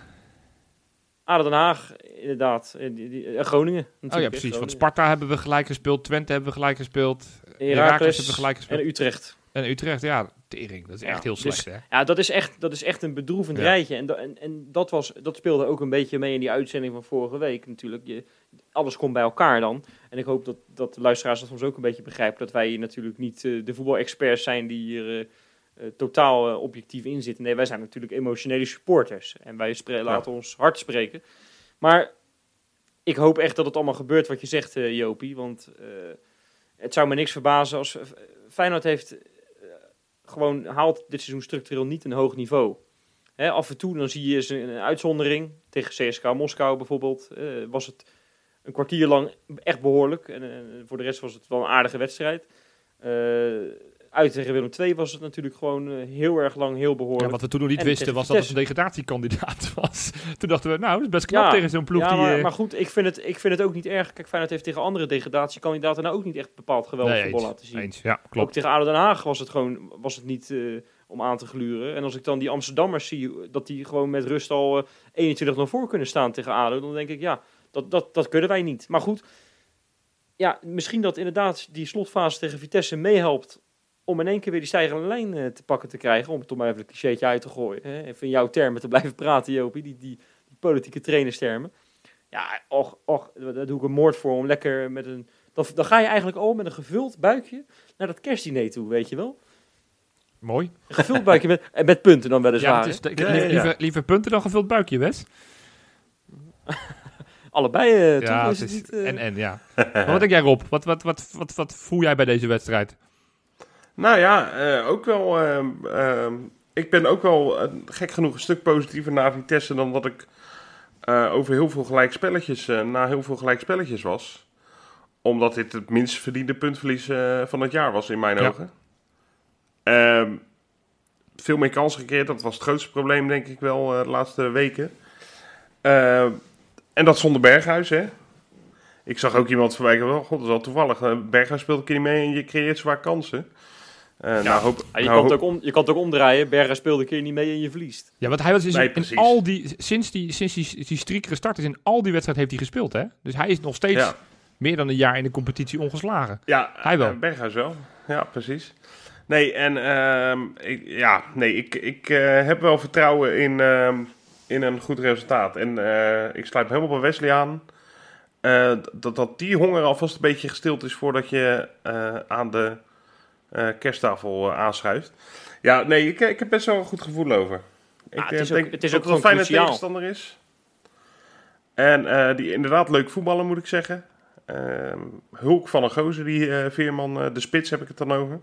Speaker 2: ADO Den Haag, inderdaad. Groningen.
Speaker 1: Oh ja, precies. Want Sparta hebben we gelijk gespeeld. Twente hebben we gelijk gespeeld.
Speaker 2: Heracles
Speaker 1: hebben we gelijk gespeeld.
Speaker 2: En Utrecht.
Speaker 1: En Utrecht, ja, tering. Dat is echt heel slecht, hè?
Speaker 2: Ja, dat is echt een bedroevend rijtje. En dat speelde ook een beetje mee in die uitzending van vorige week natuurlijk. Alles komt bij elkaar dan. En ik hoop dat de luisteraars dat soms ook een beetje begrijpen. Dat wij hier natuurlijk niet de voetbalexperts zijn die hier totaal objectief in zitten. Nee, wij zijn natuurlijk emotionele supporters. En wij laten ons hard spreken. Maar ik hoop echt dat het allemaal gebeurt wat je zegt, Jopie. Want het zou me niks verbazen als Feyenoord heeft... gewoon haalt dit seizoen structureel niet een hoog niveau. Hè, af en toe dan zie je eens een uitzondering. Tegen CSKA Moskou bijvoorbeeld was het een kwartier lang echt behoorlijk. En voor de rest was het wel een aardige wedstrijd. Uit tegen Willem II was het natuurlijk gewoon heel erg lang heel behoorlijk.
Speaker 1: Ja, wat we toen nog niet wisten was dat het een degradatiekandidaat was. Toen dachten we, nou, dat is best knap tegen zo'n ploeg.
Speaker 2: Ja, maar goed, ik vind het ook niet erg. Kijk, Feyenoord heeft tegen andere degradatiekandidaten nou ook niet echt bepaald geweldig voetbal laten zien.
Speaker 1: Ja, klopt.
Speaker 2: Ook tegen ADO Den Haag was het niet om aan te gluren. En als ik dan die Amsterdammers zie, dat die gewoon met rust al 21 naar voor kunnen staan tegen ADO, dan denk ik, ja, dat kunnen wij niet. Maar goed, ja, misschien dat inderdaad die slotfase tegen Vitesse meehelpt om in één keer weer die stijgende lijn te pakken te krijgen. Om het toch maar even een clichétje uit te gooien. Hè? Even in jouw termen te blijven praten, Jopie. Die politieke trainerstermen. Ja, daar doe ik een moord voor. Om lekker met een... Dan ga je eigenlijk al met een gevuld buikje naar dat kerstdiner toe, weet je wel.
Speaker 1: Mooi.
Speaker 2: Een gevuld buikje met punten dan weliswaar.
Speaker 1: Ja, liever punten dan gevuld buikje, Wes.
Speaker 2: Allebei, toch?
Speaker 1: Ja,
Speaker 2: Is het niet,
Speaker 1: ja. Maar wat denk jij, Rob? Wat voel jij bij deze wedstrijd?
Speaker 3: Nou ja, ook wel. Ik ben ook wel gek genoeg een stuk positiever naar Vitesse dan dat ik over heel veel gelijkspelletjes was. Omdat dit het minst verdiende puntverlies van het jaar was in mijn ogen. Veel meer kansen gecreëerd, dat was het grootste probleem denk ik wel de laatste weken. En dat zonder Berghuis, hè. Ik zag ook iemand voorbij komen, god, dat is wel toevallig. Berghuis speelt een keer niet mee en je creëert zwaar kansen.
Speaker 2: Je kan het ook omdraaien. Berghuis speelde een keer niet mee en je verliest.
Speaker 1: Ja, want hij was in al die... Sinds die streak gestart is, in al die wedstrijden heeft hij gespeeld, hè? Dus hij is nog steeds meer dan een jaar in de competitie ongeslagen.
Speaker 3: Ja,
Speaker 1: hij wel.
Speaker 3: Berghuis wel. Ja, precies. Nee, en ik heb wel vertrouwen in een goed resultaat. En ik sluit me helemaal bij Wesley aan. Dat die honger alvast een beetje gestild is voordat je aan de kersttafel aanschuift. Ja, nee, ik heb best wel een goed gevoel over. Ik denk
Speaker 2: het is
Speaker 3: dat
Speaker 2: ook
Speaker 3: het een fijne
Speaker 2: cruciaal
Speaker 3: tegenstander is. En die inderdaad leuk voetballen, moet ik zeggen. Hulk van een gozer, die Veerman, de spits heb ik het dan over.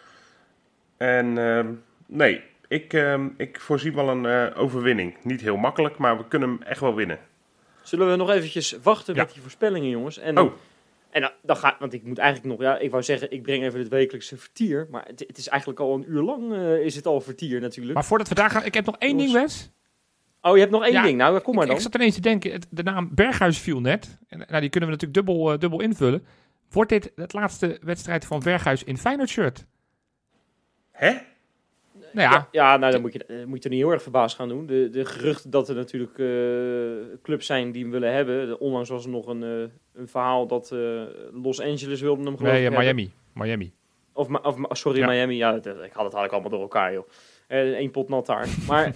Speaker 3: En nee, ik voorzie wel een overwinning. Niet heel makkelijk, maar we kunnen hem echt wel winnen.
Speaker 2: Zullen we nog eventjes wachten met die voorspellingen, jongens? En dan gaat, want ik moet eigenlijk nog, ik wou zeggen, ik breng even het wekelijkse vertier, maar het is eigenlijk al een uur lang, is het al vertier natuurlijk.
Speaker 1: Maar voordat we daar gaan, ik heb nog één ding, Wes.
Speaker 2: Oh, je hebt nog één ding? Nou, kom maar dan.
Speaker 1: Ik zat ineens te denken, de naam Berghuis viel net, en die kunnen we natuurlijk dubbel invullen. Wordt dit het laatste wedstrijd van Berghuis in Feyenoord shirt?
Speaker 3: Hè?
Speaker 2: Nou dan moet je er niet heel erg verbaasd gaan doen. De geruchten dat er natuurlijk clubs zijn die hem willen hebben. Onlangs was er nog een verhaal dat Los Angeles wilde hem geloof ik
Speaker 1: Miami.
Speaker 2: Miami. Ja, ik had het eigenlijk allemaal door elkaar, joh. Eén pot nat daar. Maar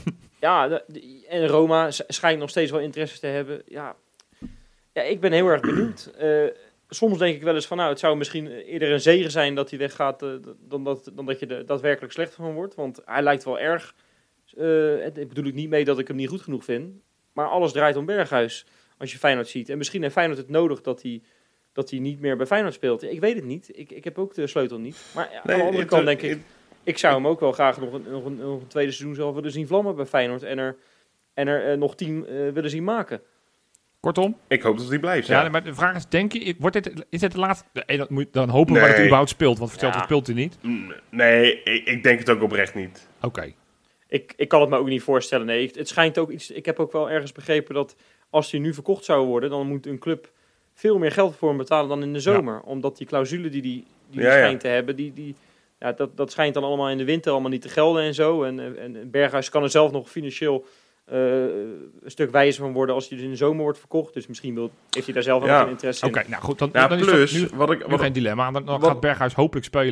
Speaker 2: en Roma schijnt nog steeds wel interesse te hebben. Ja, ik ben heel erg benieuwd. Soms denk ik wel eens van, het zou misschien eerder een zegen zijn dat hij weggaat dan dat je er daadwerkelijk slecht van wordt. Want hij lijkt wel erg. Ik bedoel ik niet mee dat ik hem niet goed genoeg vind. Maar alles draait om Berghuis als je Feyenoord ziet. En misschien heeft Feyenoord het nodig dat hij niet meer bij Feyenoord speelt. Ik weet het niet. Ik heb ook de sleutel niet. Maar aan de andere kant denk ik zou hem ook wel graag nog een tweede seizoen zelf willen zien vlammen bij Feyenoord. En er nog 10 willen zien maken.
Speaker 1: Kortom?
Speaker 3: Ik hoop dat hij blijft.
Speaker 1: Ja, maar de vraag is, denk je, is dit de laatste? Dan hopen we dat hij überhaupt speelt, want vertelt het speelt hij niet.
Speaker 3: Nee, ik denk het ook oprecht niet.
Speaker 1: Oké.
Speaker 2: Ik kan het me ook niet voorstellen. Nee, het schijnt ook iets. Ik heb ook wel ergens begrepen dat als hij nu verkocht zou worden, dan moet een club veel meer geld voor hem betalen dan in de zomer. Omdat die clausule die schijnt te hebben, dat schijnt dan allemaal in de winter allemaal niet te gelden en zo. En Berghuis kan er zelf nog financieel een stuk wijzer van worden als hij dus in de zomer wordt verkocht. Dus misschien heeft hij daar zelf ook een interesse in.
Speaker 1: Oké, nou goed. Dan
Speaker 3: plus,
Speaker 1: is dat nu geen dilemma. Dan gaat Berghuis hopelijk spelen.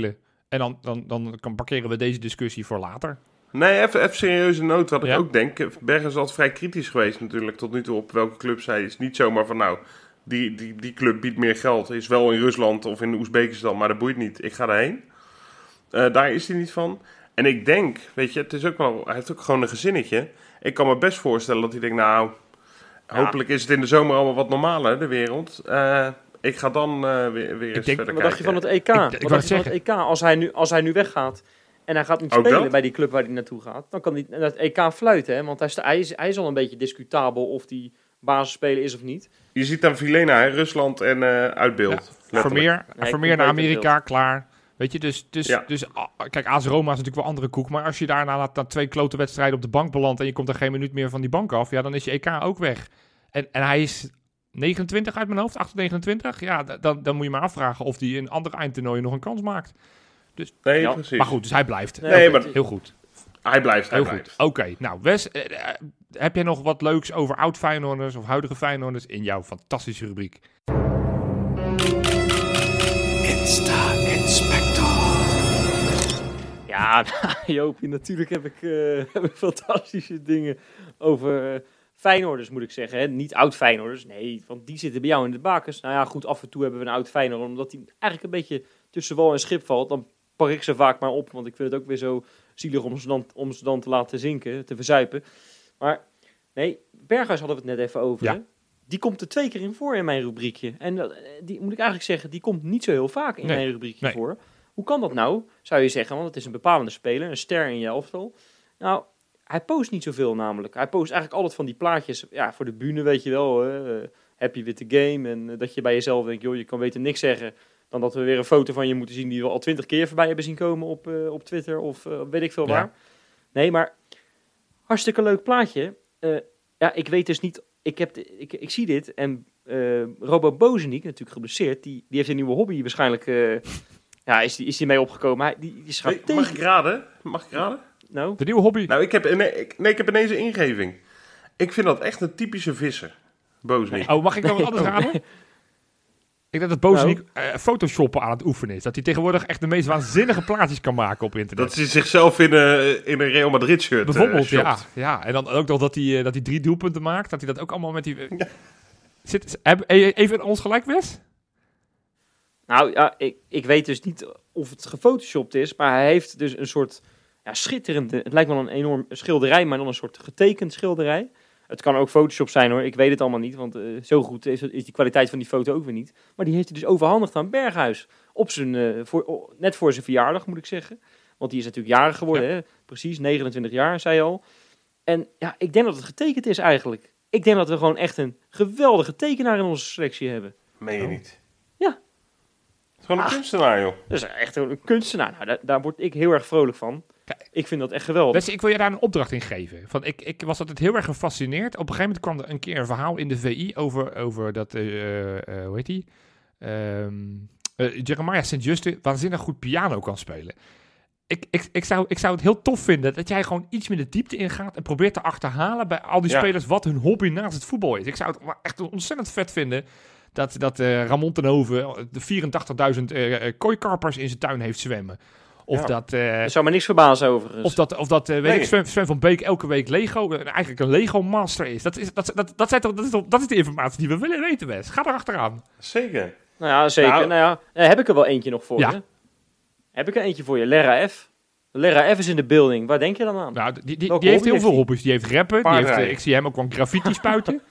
Speaker 1: En dan parkeren we deze discussie voor later.
Speaker 3: Nee, even serieuze noot. Wat ik
Speaker 1: Ja.
Speaker 3: ook denk. Bergen is altijd vrij kritisch geweest natuurlijk tot nu toe op welke club zij is. Niet zomaar van nou, die club biedt meer geld. Is wel in Rusland of in Oezbekistan, maar dat boeit niet. Ik ga daarheen. Daar is hij niet van. En ik denk, weet je, het is ook wel, hij heeft ook gewoon een gezinnetje. Ik kan me best voorstellen dat hij denkt, nou, hopelijk is het in de zomer allemaal wat normaler, de wereld. Ik ga dan weer eens
Speaker 1: denk-
Speaker 3: verder
Speaker 2: Wat dacht je van
Speaker 3: kijken.
Speaker 2: het EK?
Speaker 1: Ik
Speaker 2: Wat
Speaker 1: wou
Speaker 2: dacht je van het EK? Als hij nu weggaat en hij gaat niet
Speaker 3: Ook
Speaker 2: spelen
Speaker 3: dat?
Speaker 2: bij die club waar hij naartoe gaat, dan kan hij het EK fluiten. Hè? Want hij is al een beetje discutabel of die basisspeler is of niet.
Speaker 3: Je ziet dan Vilena, hè, Rusland en uit beeld. Letterlijk.
Speaker 1: Vermeer
Speaker 2: compleet
Speaker 1: naar
Speaker 2: in
Speaker 1: Amerika, klaar. Weet je,
Speaker 3: Ja.
Speaker 1: dus kijk, AS Roma is natuurlijk wel andere koek. Maar als je daarna na 2 klote wedstrijden op de bank belandt en je komt er geen minuut meer van die bank af, ja, dan is je EK ook weg. En hij is 29 uit mijn hoofd, 28. Ja, dan moet je maar afvragen of hij in andere eindtoernooien nog een kans maakt.
Speaker 3: Nee,
Speaker 2: Ja,
Speaker 3: precies.
Speaker 1: Maar goed, dus hij blijft.
Speaker 3: Nee, maar
Speaker 1: Heel goed.
Speaker 3: hij blijft.
Speaker 1: Heel goed. Oké, nou Wes, heb jij nog wat leuks over oud Feyenoorders of huidige Feyenoorders in jouw fantastische rubriek?
Speaker 2: Ja, Joopie, natuurlijk heb ik fantastische dingen over Feyenoorders, moet ik zeggen. Hè? Niet oud Feyenoorders, nee, want die zitten bij jou in de bakens. Nou ja, goed, af en toe hebben we een oud Feyenoord, omdat die eigenlijk een beetje tussen wal en schip valt. Dan pak ik ze vaak maar op, want ik vind het ook weer zo zielig om ze dan te laten zinken, te verzuipen. Maar nee, Berghuis hadden we het net even over.
Speaker 1: Ja.
Speaker 2: Hè? Die komt er 2 keer in voor in mijn rubriekje. En die moet ik eigenlijk zeggen, die komt niet zo heel vaak in
Speaker 1: Nee,
Speaker 2: mijn rubriekje
Speaker 1: nee.
Speaker 2: voor. Hoe kan dat nou, zou je zeggen? Want het is een bepalende speler, een ster in je elftal. Nou, hij post niet zoveel namelijk. Hij post eigenlijk altijd van die plaatjes, ja, voor de bühne, weet je wel. Happy with the game. En dat je bij jezelf denkt, joh, je kan beter niks zeggen dan dat we weer een foto van je moeten zien die we al 20 keer voorbij hebben zien komen op Twitter of weet ik veel
Speaker 1: Ja.
Speaker 2: waar. Nee, maar hartstikke leuk plaatje. Ja, ik weet dus niet, ik zie dit en Robert Bozeniek, natuurlijk geblesseerd, die heeft een nieuwe hobby waarschijnlijk. Ja, is die mee opgekomen? Die is gaan
Speaker 3: Mag ik raden?
Speaker 2: Nou,
Speaker 1: De nieuwe hobby.
Speaker 3: Nou, ik heb ineens een ingeving. Ik vind dat echt een typische visser. Bozeniek.
Speaker 1: Oh, mag ik dan wat anders raden? Ik denk dat Bozeniek photoshoppen aan het oefenen is. Dat hij tegenwoordig echt de meest waanzinnige plaatjes kan maken op internet.
Speaker 3: Dat hij zichzelf in een Real Madrid shirt
Speaker 1: Bijvoorbeeld,
Speaker 3: shopt.
Speaker 1: ja. En dan ook nog dat hij 3 doelpunten maakt. Dat hij dat ook allemaal met die... Even ons gelijk, Wes?
Speaker 2: nou ja, ik weet dus niet of het gefotoshopt is, maar hij heeft dus een soort schitterende, het lijkt wel een enorm schilderij, maar dan een soort getekend schilderij. Het kan ook Photoshop zijn hoor, ik weet het allemaal niet, want zo goed is die kwaliteit van die foto ook weer niet. Maar die heeft hij dus overhandigd aan Berghuis, net voor zijn verjaardag moet ik zeggen. Want die is natuurlijk jarig geworden, hè? Precies, 29 jaar, zei je al. En ja, ik denk dat het getekend is eigenlijk. Ik denk dat we gewoon echt een geweldige tekenaar in onze selectie hebben.
Speaker 3: Meen je niet?
Speaker 2: Ja.
Speaker 3: Het is gewoon een kunstenaar, joh.
Speaker 2: Dat is echt een kunstenaar. Nou, daar word ik heel erg vrolijk van.
Speaker 1: Kijk.
Speaker 2: Ik vind dat echt geweldig.
Speaker 1: Wes, ik wil je daar een opdracht in geven. Ik was altijd heel erg gefascineerd. Op een gegeven moment kwam er een keer een verhaal in de VI over dat... hoe heet die? Jeremiah Saint-Juste waanzinnig goed piano kan spelen. Ik zou het heel tof vinden dat jij gewoon iets meer de diepte ingaat en probeert te achterhalen bij al die spelers wat hun hobby naast het voetbal is. Ik zou het echt ontzettend vet vinden dat Ramon ten Hoven de 84.000 kooikarpers in zijn tuin heeft zwemmen. Of dat...
Speaker 2: Daar zou me niks verbazen overigens.
Speaker 1: Of dat weet ik, Sven van Beek elke week Lego, eigenlijk een Lego master is. Dat is de informatie die we willen weten, Wes. Ga er achteraan.
Speaker 3: Zeker.
Speaker 2: Nou ja, zeker.
Speaker 3: Nou,
Speaker 2: Heb ik er wel eentje nog voor
Speaker 1: Ja.
Speaker 2: je? Heb ik er eentje voor je? Lera F. Lera F is in de building. Waar denk je dan aan?
Speaker 1: Nou, die
Speaker 2: Welke
Speaker 1: heeft
Speaker 2: hobby
Speaker 1: heel
Speaker 2: heeft
Speaker 1: veel
Speaker 2: hij?
Speaker 1: hobby's. Die heeft rappen.
Speaker 3: Paardrijden.
Speaker 1: Ik zie hem ook wel graffiti spuiten.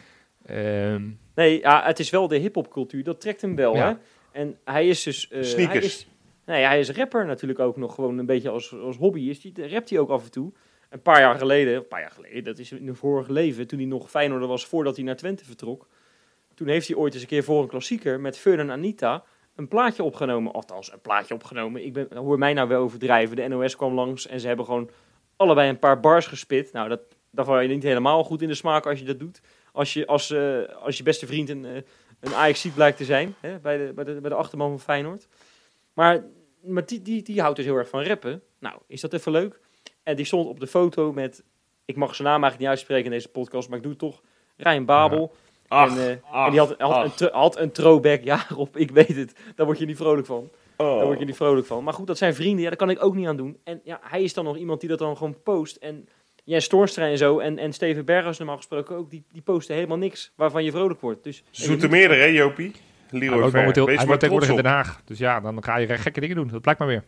Speaker 2: Nee, ja, het is wel de hip-hopcultuur. Dat trekt hem wel,
Speaker 1: Ja.
Speaker 2: hè? En hij is dus...
Speaker 3: Sneakers.
Speaker 2: Hij is rapper natuurlijk ook nog gewoon een beetje als hobby. Rapt hij ook af en toe. Een paar jaar geleden, dat is in een vorige leven, toen hij nog Feyenoorder was voordat hij naar Twente vertrok. Toen heeft hij ooit eens een keer voor een klassieker met Fern en Anita een plaatje opgenomen. Althans, een plaatje opgenomen. Hoor mij nou wel overdrijven. De NOS kwam langs en ze hebben gewoon allebei een paar bars gespit. Nou, dat val je niet helemaal goed in de smaak als je dat doet. Als je beste vriend een Ajaxiet blijkt te zijn, hè, bij de achterman van Feyenoord. Maar die houdt dus heel erg van rappen. Nou, is dat even leuk? En die stond op de foto met, ik mag zijn naam eigenlijk niet uitspreken in deze podcast, maar ik doe het toch, Ryan Babel.
Speaker 3: Ach,
Speaker 2: En die had een throwback, ja Rob, ik weet het, daar word je niet vrolijk van.
Speaker 3: Oh.
Speaker 2: Daar word je niet vrolijk van. Maar goed, dat zijn vrienden. Ja, daar kan ik ook niet aan doen. En ja, hij is dan nog iemand die dat dan gewoon post. En Jens Toornstra en zo. En Steven Berghuis normaal gesproken ook. Die posten helemaal niks waarvan je vrolijk wordt. Dus,
Speaker 3: Zoetermeerder, hè, Jopie? Leroy
Speaker 1: Hij
Speaker 3: Ver.
Speaker 1: woont
Speaker 3: Wees maar
Speaker 1: tegenwoordig in
Speaker 3: trots
Speaker 1: Den
Speaker 3: op.
Speaker 1: Haag. Dus ja, dan ga je gekke dingen doen. Dat blijkt maar weer.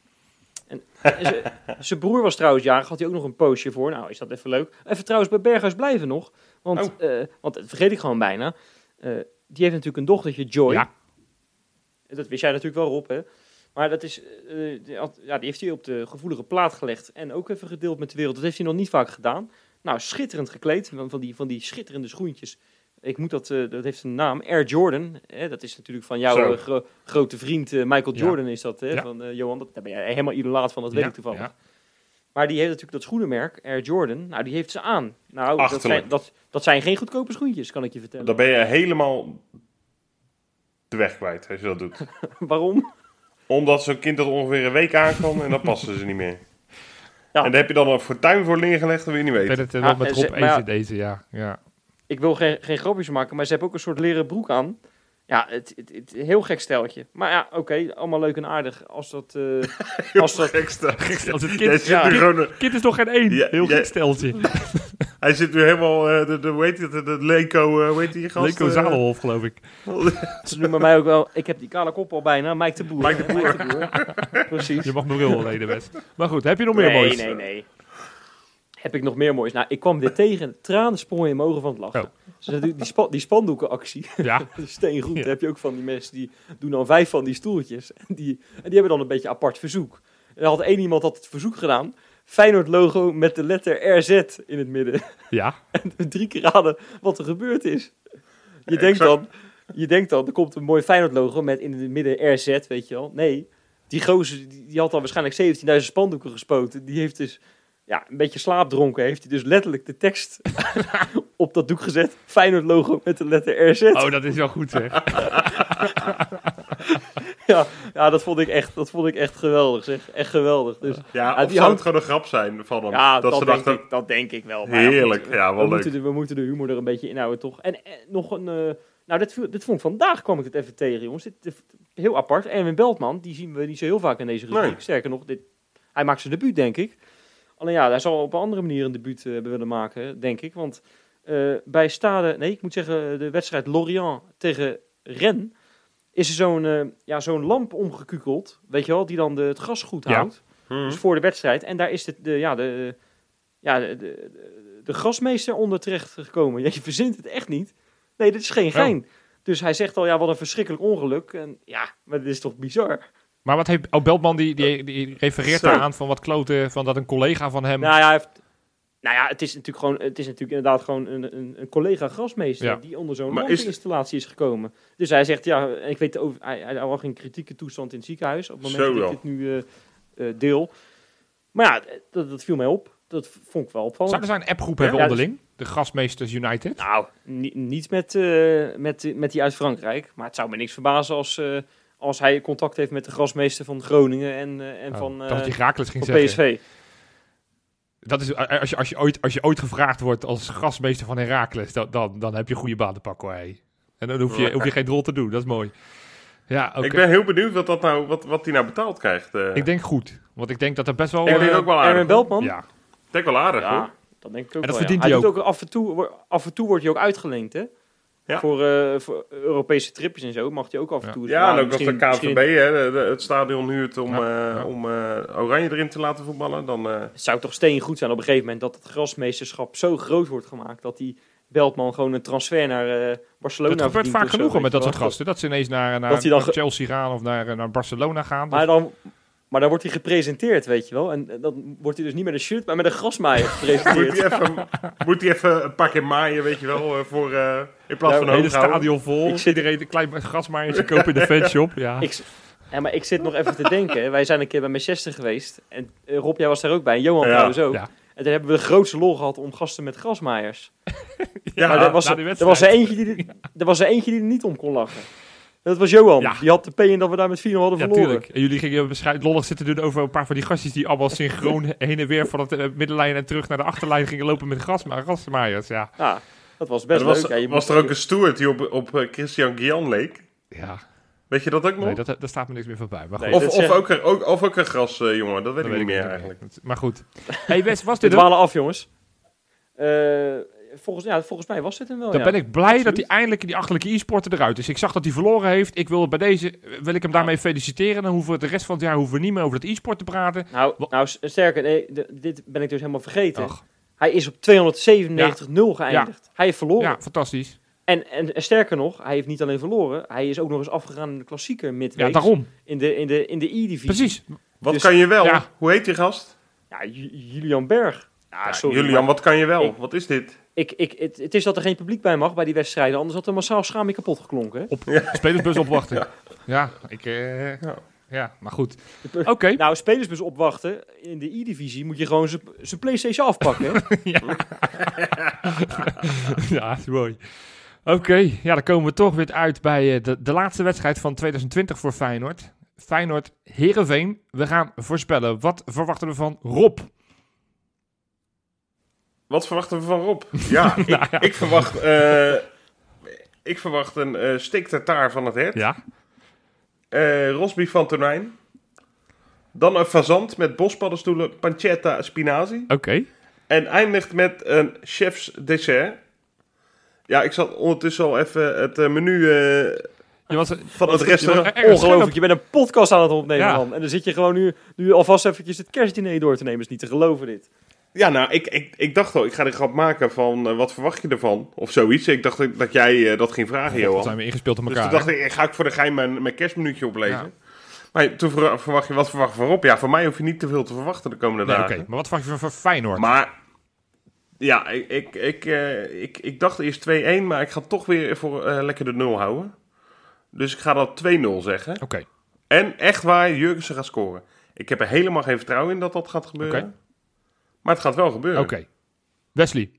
Speaker 2: Zijn broer was trouwens jarig. Had hij ook nog een postje voor. Nou, is dat even leuk. Even trouwens bij Berghuis blijven nog. Want dat vergeet ik gewoon bijna. Die heeft natuurlijk een dochtertje, Joy.
Speaker 1: Ja.
Speaker 2: Dat wist jij natuurlijk wel, Rob, hè? Maar dat is, die heeft hij op de gevoelige plaat gelegd. En ook even gedeeld met de wereld. Dat heeft hij nog niet vaak gedaan. Nou, schitterend gekleed. Van die schitterende schoentjes. Dat heeft een naam. Air Jordan. Hè? Dat is natuurlijk van jouw grote vriend Michael Jordan is dat. Hè?
Speaker 1: Ja.
Speaker 2: Van Johan, daar ben jij helemaal idolaat van. Dat weet ik toevallig.
Speaker 1: Ja.
Speaker 2: Maar die heeft natuurlijk dat schoenenmerk, Air Jordan. Nou, die heeft ze aan. Nou,
Speaker 3: Achterlijk.
Speaker 2: dat zijn geen goedkope schoentjes, kan ik je vertellen.
Speaker 3: Dan ben je helemaal de weg kwijt als je dat doet.
Speaker 2: Waarom?
Speaker 3: Omdat zo'n kind dat ongeveer een week aan kan en dan passen ze niet meer.
Speaker 2: Ja.
Speaker 3: En daar heb je dan een fortuin voor neergelegd, dat wil je niet
Speaker 1: Ik ben
Speaker 3: weten.
Speaker 1: het wel met
Speaker 2: en
Speaker 1: Rob
Speaker 2: ze- maar
Speaker 1: eens
Speaker 2: ja.
Speaker 1: in deze, ja.
Speaker 2: Ik wil geen grapjes maken, maar ze hebben ook een soort leren broek aan. Ja, het heel gek steltje. Maar ja, oké, allemaal leuk en aardig. Als dat... als dat
Speaker 3: Gekste.
Speaker 1: Als het
Speaker 3: Jij
Speaker 1: kind,
Speaker 3: zit nu gewoon,
Speaker 1: kind is toch geen één.
Speaker 3: Ja,
Speaker 1: Heel
Speaker 3: jij-
Speaker 1: gek steltje.
Speaker 3: hij zit nu helemaal, hoe heet het, de Leko, hoe heet die gast?
Speaker 1: Leko Zadelhof, geloof ik.
Speaker 2: ze noemen mij ook wel... Ik heb die kale kop al bijna. Mike de Boer.
Speaker 3: Mike de
Speaker 2: Mike de Boer. Precies.
Speaker 1: Je mag nog heel leden best. Maar goed, heb je nog meer moois?
Speaker 2: Nee. Heb ik nog meer moois? Nou, ik kwam dit tegen. Tranen sprongen in mijn ogen van het lachen.
Speaker 1: Oh.
Speaker 2: Dus natuurlijk die spandoekenactie.
Speaker 1: Ja.
Speaker 2: Dat is steengoed.
Speaker 1: Ja.
Speaker 2: Dan heb je ook van die mensen die doen dan 5 van die stoeltjes. En die hebben dan een beetje apart verzoek. En dan had één iemand het verzoek gedaan. Feyenoord logo met de letter RZ in het midden.
Speaker 1: Ja.
Speaker 2: En 3 keer raden wat er gebeurd is. Je denkt dan, er komt een mooi Feyenoord logo met in het midden RZ, weet je wel. Nee, die gozer die had al waarschijnlijk 17.000 spandoeken gespoten. Die heeft dus een beetje slaapdronken. Heeft hij dus letterlijk de tekst op dat doek gezet. Feyenoord logo met de letter RZ.
Speaker 1: Oh, dat is wel goed, zeg.
Speaker 2: Ja, dat vond ik echt geweldig, zeg. Echt geweldig. Dus,
Speaker 3: Ja,
Speaker 2: die
Speaker 3: of zou
Speaker 2: hangt-
Speaker 3: het gewoon een grap zijn van hem?
Speaker 2: ja,
Speaker 3: dat ze dachten,
Speaker 2: dat denk ik wel. Maar ja,
Speaker 3: heerlijk.
Speaker 2: goed,
Speaker 3: Ja, wel leuk.
Speaker 2: we moeten de humor er een beetje inhouden, toch? En nog een... nou, dit vond ik vandaag, kwam ik het even tegen, jongens. Dit heel apart. Erwin Beltman, die zien we niet zo heel vaak in deze rubriek.
Speaker 3: Nee.
Speaker 2: Sterker nog, hij maakt zijn debuut, denk ik. Alleen ja, hij zal op een andere manier een debuut hebben willen maken, denk ik. Want bij de wedstrijd Lorient tegen Rennes is er zo'n lamp omgekukeld, weet je wel, die dan het gas goed
Speaker 1: Ja.
Speaker 2: houdt.
Speaker 3: Hm.
Speaker 2: Dus voor de wedstrijd. En daar is de gasmeester onder terecht gekomen. Ja, je verzint het echt niet. Nee, dit is geen gein. Dus hij zegt al, wat een verschrikkelijk ongeluk. En ja, maar dit is toch bizar.
Speaker 1: Maar wat heeft... Oh, Beltman die refereert
Speaker 3: Zo.
Speaker 1: daar aan van wat kloten... van dat een collega van hem...
Speaker 2: Nou ja, het is natuurlijk inderdaad gewoon een collega grasmeester
Speaker 1: Ja.
Speaker 2: die onder zo'n
Speaker 3: Maar
Speaker 2: lampinstallatie is gekomen. Dus hij zegt, ik weet hij had geen kritieke toestand in het ziekenhuis op het moment
Speaker 3: Zo
Speaker 2: dat
Speaker 3: wel.
Speaker 2: ik dit nu deel. Maar ja, dat viel mij op. Dat vond ik wel opvallend.
Speaker 1: Zouden zij een appgroep hebben
Speaker 2: Ja,
Speaker 1: onderling? De Grasmeesters United?
Speaker 2: Nou, niet met die uit Frankrijk. Maar het zou me niks verbazen als hij contact heeft met de grasmeester van Groningen en van
Speaker 1: dat je Heracles ging
Speaker 2: van
Speaker 1: zeggen.
Speaker 2: PSV.
Speaker 1: Dat is, als je ooit gevraagd wordt als grasmeester van Heracles, dan heb je goede baan te pakken, hoor. Hey. En dan hoef je geen drol te doen. Dat is mooi. Ja, oké.
Speaker 3: Ik ben heel benieuwd wat hij nou betaald krijgt.
Speaker 1: Ik denk goed. Want ik denk dat er best wel...
Speaker 3: Ik denk ook wel aardig.
Speaker 2: Erwin Beltman?
Speaker 1: ja.
Speaker 3: Ik denk wel aardig, hoor.
Speaker 2: Ja, dat denk ik ook
Speaker 1: En dat
Speaker 2: wel.
Speaker 1: verdient
Speaker 2: Hij
Speaker 1: hij
Speaker 2: doet ook af en toe wordt hij ook uitgeleend, hè?
Speaker 3: Ja.
Speaker 2: Voor Europese tripjes en zo mag hij ook af en toe.
Speaker 3: Ja,
Speaker 2: Nou,
Speaker 3: en ook als de
Speaker 2: misschien-
Speaker 3: KNVB het stadion huurt om
Speaker 1: Ja.
Speaker 3: Oranje erin te laten voetballen, dan...
Speaker 2: Het zou toch steengoed zijn op een gegeven moment dat het grasmeesterschap zo groot wordt gemaakt dat die Beltman gewoon een transfer naar Barcelona
Speaker 1: Dat gebeurt
Speaker 2: verdient
Speaker 1: vaak
Speaker 2: of zo,
Speaker 1: genoeg hoor, met
Speaker 2: weet
Speaker 1: dat
Speaker 2: je
Speaker 1: soort
Speaker 2: wel.
Speaker 1: gasten. Dat ze ineens naar
Speaker 2: Dat hij dan
Speaker 1: Chelsea gaan of naar Barcelona gaan.
Speaker 2: Maar dan wordt hij gepresenteerd, weet je wel. En dan wordt hij dus niet met een shirt, maar met een grasmaaier gepresenteerd.
Speaker 3: moet hij even een pak in maaien, weet je wel, in plaats
Speaker 2: Ja,
Speaker 3: van
Speaker 1: Het hele
Speaker 3: hoog houden.
Speaker 1: stadion vol. Iedereen een klein grasmaaiertje kopen in de fanshop. Ja.
Speaker 2: Maar ik zit nog even te denken. Hè. Wij zijn een keer bij Manchester geweest. En Rob, jij was daar ook bij. En Johan
Speaker 3: Ja.
Speaker 2: trouwens ook.
Speaker 1: Ja.
Speaker 2: En daar hebben we de grootste lol gehad om gasten met grasmaaiers.
Speaker 3: Ja,
Speaker 2: Maar er was
Speaker 1: na die
Speaker 2: er
Speaker 1: wedstrijd.
Speaker 2: was er eentje die er niet om kon lachen. Dat was Johan.
Speaker 1: Ja.
Speaker 2: Die had de pijn dat we daar met 4-0 hadden
Speaker 1: Ja,
Speaker 2: verloren.
Speaker 1: tuurlijk. En jullie gingen waarschijnlijk lollig zitten doen over een paar van die gastjes die allemaal synchroon heen en weer van het middenlijn en terug naar de achterlijn gingen lopen met grasmaaiers. Ja.
Speaker 2: Ja, dat was best
Speaker 3: er was,
Speaker 2: leuk. Ja, je
Speaker 3: was
Speaker 2: moet-
Speaker 3: er ook een steward die op Christian Guian leek.
Speaker 1: Ja.
Speaker 3: Weet je dat ook nog?
Speaker 1: Nee, daar staat me niks meer voorbij. Maar
Speaker 2: Nee,
Speaker 1: goed,
Speaker 3: Of ook een gras, jongen. Dat weet ik niet meer eigenlijk.
Speaker 1: Maar goed. Hey Wes, was
Speaker 2: We
Speaker 1: dit hem?
Speaker 2: dwalen af, jongens. Volgens mij was dit hem wel,
Speaker 1: Dan
Speaker 2: ja.
Speaker 1: ben ik blij
Speaker 2: Absoluut.
Speaker 1: dat hij eindelijk in die achterlijke e-sporten eruit is. Ik zag dat hij verloren heeft. Ik wil ik hem daarmee feliciteren. Dan hoeven we de rest van het jaar niet meer over dat e-sport te praten.
Speaker 2: Nou, sterker, nee, dit ben ik dus helemaal vergeten.
Speaker 1: Ach,
Speaker 2: Hij is op 297-0 geëindigd. Hij heeft verloren.
Speaker 1: ja, fantastisch.
Speaker 2: En sterker nog, hij heeft niet alleen verloren. Hij is ook nog eens afgegaan in de klassieker midweeks.
Speaker 1: Ja, daarom.
Speaker 2: In de E-divisie.
Speaker 1: Precies.
Speaker 3: Wat
Speaker 2: Dus-
Speaker 3: kan je wel?
Speaker 1: Ja.
Speaker 3: Hoe heet die gast?
Speaker 2: Ja, Julian Berg. Ja, sorry.
Speaker 3: Julian,
Speaker 2: maar
Speaker 3: wat kan je wel?
Speaker 2: Ik-
Speaker 3: Wat is dit?
Speaker 2: het is dat er geen publiek bij mag bij die wedstrijden. Anders had er massaal schaam kapot geklonken. Hè?
Speaker 1: Spelersbus opwachten. Ja, maar goed. Oké.
Speaker 2: Nou, spelersbus opwachten in de E-divisie moet je gewoon zijn PlayStation afpakken. Hè?
Speaker 1: Ja, is mooi. Oké, ja, dan komen we toch weer uit bij de laatste wedstrijd van 2020 voor Feyenoord. Feyenoord-Heerenveen. We gaan voorspellen. Wat verwachten we van Rob?
Speaker 3: Wat verwachten we van Rob? Ja, ik verwacht een steak tartare van het hert.
Speaker 1: Ja,
Speaker 3: Rosbief van tonijn. Dan een fazant met bospaddenstoelen, pancetta, spinazie.
Speaker 1: oké.
Speaker 3: En eindigt met een chef's dessert. Ja, ik zat ondertussen al even het menu
Speaker 1: Je was,
Speaker 3: van het restaurant.
Speaker 2: Ongelooflijk, je bent een podcast aan het opnemen,
Speaker 1: Ja.
Speaker 2: man. En dan zit je gewoon nu alvast eventjes het kerstdiner door te nemen. Is niet te geloven, dit.
Speaker 3: Ja, nou, ik dacht al, ik ga de grap maken van wat verwacht je ervan? Of zoiets. Ik dacht dat jij dat ging vragen,
Speaker 1: dan
Speaker 3: Johan.
Speaker 1: zijn we ingespeeld op
Speaker 3: Dus
Speaker 1: elkaar.
Speaker 3: toen dacht ik, ga ik voor de gein mijn kerstminuutje oplezen.
Speaker 1: Ja.
Speaker 3: Maar toen verwacht je, wat verwacht je van Rob? Ja, voor mij hoef je niet te veel te verwachten de komende
Speaker 1: Nee,
Speaker 3: dagen.
Speaker 1: oké. Maar wat verwacht je van Feyenoord?
Speaker 3: Maar ja, ik dacht eerst 2-1, maar ik ga toch weer voor lekker de 0 houden. Dus ik ga dat 2-0 zeggen.
Speaker 1: Oké.
Speaker 3: En echt waar, Jurgensen gaat scoren. Ik heb er helemaal geen vertrouwen in dat dat gaat gebeuren.
Speaker 1: Oké.
Speaker 3: Maar het gaat wel gebeuren.
Speaker 1: Oké. Wesley.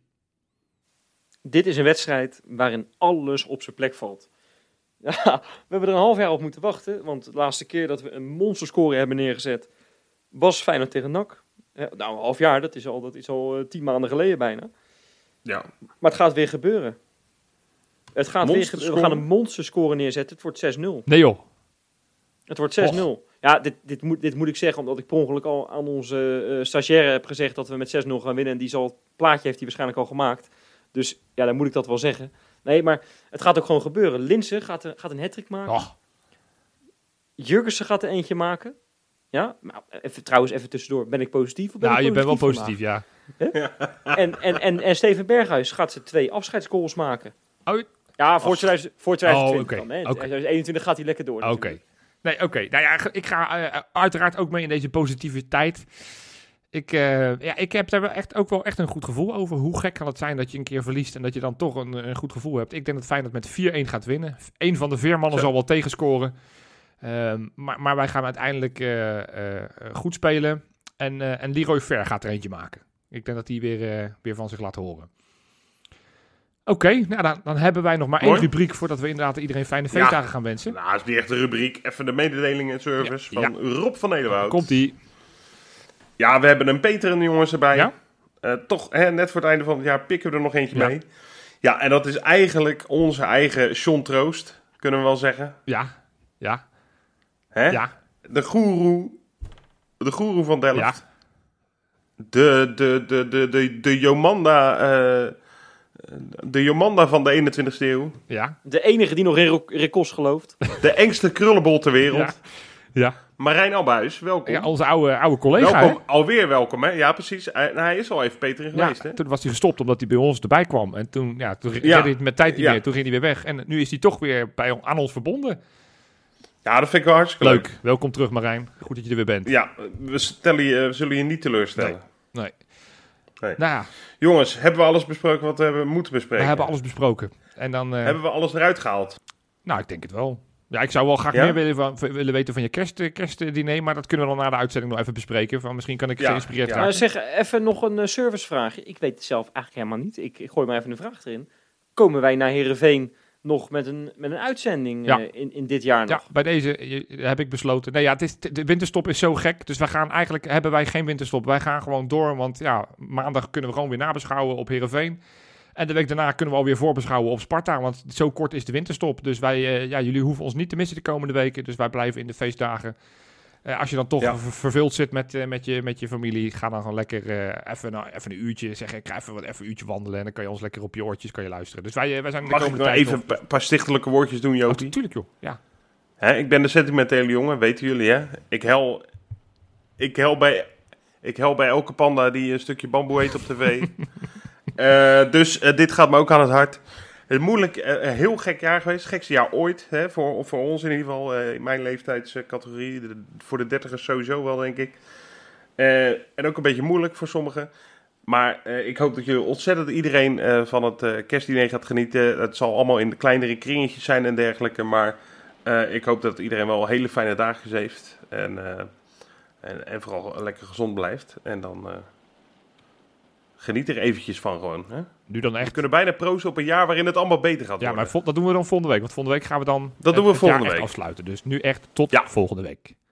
Speaker 2: Dit is een wedstrijd waarin alles op zijn plek valt. Ja, we hebben er een half jaar op moeten wachten. Want de laatste keer dat we een monsterscore hebben neergezet, was Feyenoord tegen NAC. Ja, nou, een half jaar, dat is al 10 maanden geleden bijna.
Speaker 3: Ja.
Speaker 2: Maar het gaat weer gebeuren. Het gaat weer
Speaker 3: Monsterscore?
Speaker 2: we gaan een monsterscore neerzetten. Het wordt 6-0.
Speaker 1: Nee joh.
Speaker 2: Het wordt 6-0. Ja, dit moet ik zeggen, omdat ik per ongeluk al aan onze stagiaire heb gezegd dat we met 6-0 gaan winnen. En die zal het plaatje heeft hij waarschijnlijk al gemaakt. Dus ja, dan moet ik dat wel zeggen. Nee, maar het gaat ook gewoon gebeuren. Linse gaat een hat-trick maken.
Speaker 1: Och.
Speaker 2: Jurgensen gaat er eentje maken. Ja, nou, trouwens even tussendoor. Ben ik positief? Of ben
Speaker 1: Nou,
Speaker 2: ik
Speaker 1: je bent wel
Speaker 2: positief
Speaker 1: positief, ja.
Speaker 2: En Steven Berghuis gaat ze 2 afscheidsgoals maken.
Speaker 1: Oh,
Speaker 2: Ja, voor 2020
Speaker 1: oké,
Speaker 2: dan. Hè.
Speaker 1: oké.
Speaker 2: 2021 gaat hij lekker door.
Speaker 1: Oké.
Speaker 2: natuurlijk.
Speaker 1: Nee, oké. Nou ja, ik ga uiteraard ook mee in deze positiviteit. Ik heb daar ook wel echt een goed gevoel over. Hoe gek kan het zijn dat je een keer verliest en dat je dan toch een goed gevoel hebt. Ik denk dat Feyenoord met 4-1 gaat winnen. Eén van de veermannen zal wel tegenscoren. Maar wij gaan uiteindelijk goed spelen. En Leroy Fer gaat er eentje maken. Ik denk dat hij weer van zich laat horen. Oké, nou dan hebben wij nog maar één
Speaker 3: Mooi.
Speaker 1: rubriek voordat we inderdaad iedereen fijne
Speaker 3: Ja.
Speaker 1: feestdagen gaan wensen.
Speaker 3: Nou, dat is niet echt de rubriek. Even de mededeling en service
Speaker 1: Ja,
Speaker 3: van Rob van Nederwoud.
Speaker 1: Komt-ie.
Speaker 3: Ja, we hebben een Peter en de jongens erbij.
Speaker 1: Ja?
Speaker 3: Toch, net voor het einde van het jaar pikken we er nog eentje
Speaker 1: Ja.
Speaker 3: mee. Ja, en dat is eigenlijk onze eigen John Troost, kunnen we wel zeggen.
Speaker 1: Ja.
Speaker 3: Hè? De goeroe van Delft.
Speaker 1: Ja.
Speaker 3: De Jomanda... de Jomanda van de 21ste eeuw.
Speaker 1: Ja.
Speaker 2: De enige die nog in Rekos gelooft.
Speaker 3: De engste krullenbol ter wereld.
Speaker 1: Ja.
Speaker 3: Marijn Abhuis, welkom.
Speaker 1: Ja, onze oude collega.
Speaker 3: Welkom, alweer welkom, hè? Ja, precies. Hij is al even Peter in
Speaker 1: hè?
Speaker 3: geweest,
Speaker 1: Ja,
Speaker 3: hè?
Speaker 1: toen was hij gestopt omdat hij bij ons erbij kwam. En toen redde
Speaker 3: Ja.
Speaker 1: hij het met tijd niet
Speaker 3: Ja.
Speaker 1: meer. Toen ging hij weer weg. En nu is hij toch weer aan ons verbonden.
Speaker 3: Ja, dat vind ik wel hartstikke leuk.
Speaker 1: Leuk. Welkom terug, Marijn. Goed dat je er weer bent.
Speaker 3: Ja, we zullen je niet teleurstellen.
Speaker 1: Nee.
Speaker 3: Nee.
Speaker 1: Nou ja,
Speaker 3: Jongens, hebben we alles besproken wat we hebben moeten
Speaker 1: we
Speaker 3: bespreken?
Speaker 1: hebben alles besproken. En dan...
Speaker 3: Hebben we alles eruit gehaald?
Speaker 1: Nou, ik denk het wel. Ja, ik zou wel graag
Speaker 3: Ja?
Speaker 1: meer willen weten van je kerstdiner. Maar dat kunnen we dan na de uitzending nog even bespreken. Van misschien kan ik
Speaker 3: Ja,
Speaker 1: geïnspireerd
Speaker 3: ja.
Speaker 1: raken.
Speaker 2: Maar zeg even nog een servicevraag. Ik weet het zelf eigenlijk helemaal niet. Ik gooi maar even een vraag erin. Komen wij naar Heerenveen nog met een uitzending
Speaker 1: Ja.
Speaker 2: in dit jaar nog?
Speaker 1: Ja, bij deze heb ik besloten. Nee, ja, de winterstop is zo gek. Dus hebben wij geen winterstop. Wij gaan gewoon door. Want ja, maandag kunnen we gewoon weer nabeschouwen op Heerenveen. En de week daarna kunnen we alweer voorbeschouwen op Sparta. Want zo kort is de winterstop. Dus jullie hoeven ons niet te missen de komende weken. Dus wij blijven in de feestdagen. Als je dan toch verveeld zit met je familie, ga dan gewoon lekker even een uurtje. Zeg ik ga even een uurtje wandelen. En dan kan je ons lekker op je oortjes luisteren. Dus wij zijn de komende tijd...
Speaker 3: Mag ik even een paar stichtelijke woordjes doen, Jopie?
Speaker 1: Natuurlijk, joh. Ja.
Speaker 3: Ik ben de sentimentele jongen, weten jullie, hè? Ik hel bij elke panda die een stukje bamboe eet op tv. Dus dit gaat me ook aan het hart. Het is moeilijk, een heel gek jaar geweest. Het gekste jaar ooit, hè, voor ons in ieder geval. In mijn leeftijdscategorie. Voor de 30ers sowieso wel, denk ik. En ook een beetje moeilijk voor sommigen. Maar ik hoop dat jullie ontzettend iedereen van het kerstdiner gaat genieten. Het zal allemaal in de kleinere kringetjes zijn en dergelijke. Maar ik hoop dat iedereen wel hele fijne dagen heeft. En vooral lekker gezond blijft. En dan... geniet er eventjes van gewoon. Hè?
Speaker 1: Nu dan echt.
Speaker 3: We kunnen bijna proosten op een jaar waarin het allemaal beter gaat worden.
Speaker 1: Ja, maar dat doen we dan volgende week. Want volgende week gaan we dan
Speaker 3: dat doen we volgende week
Speaker 1: afsluiten. Dus nu echt tot volgende week.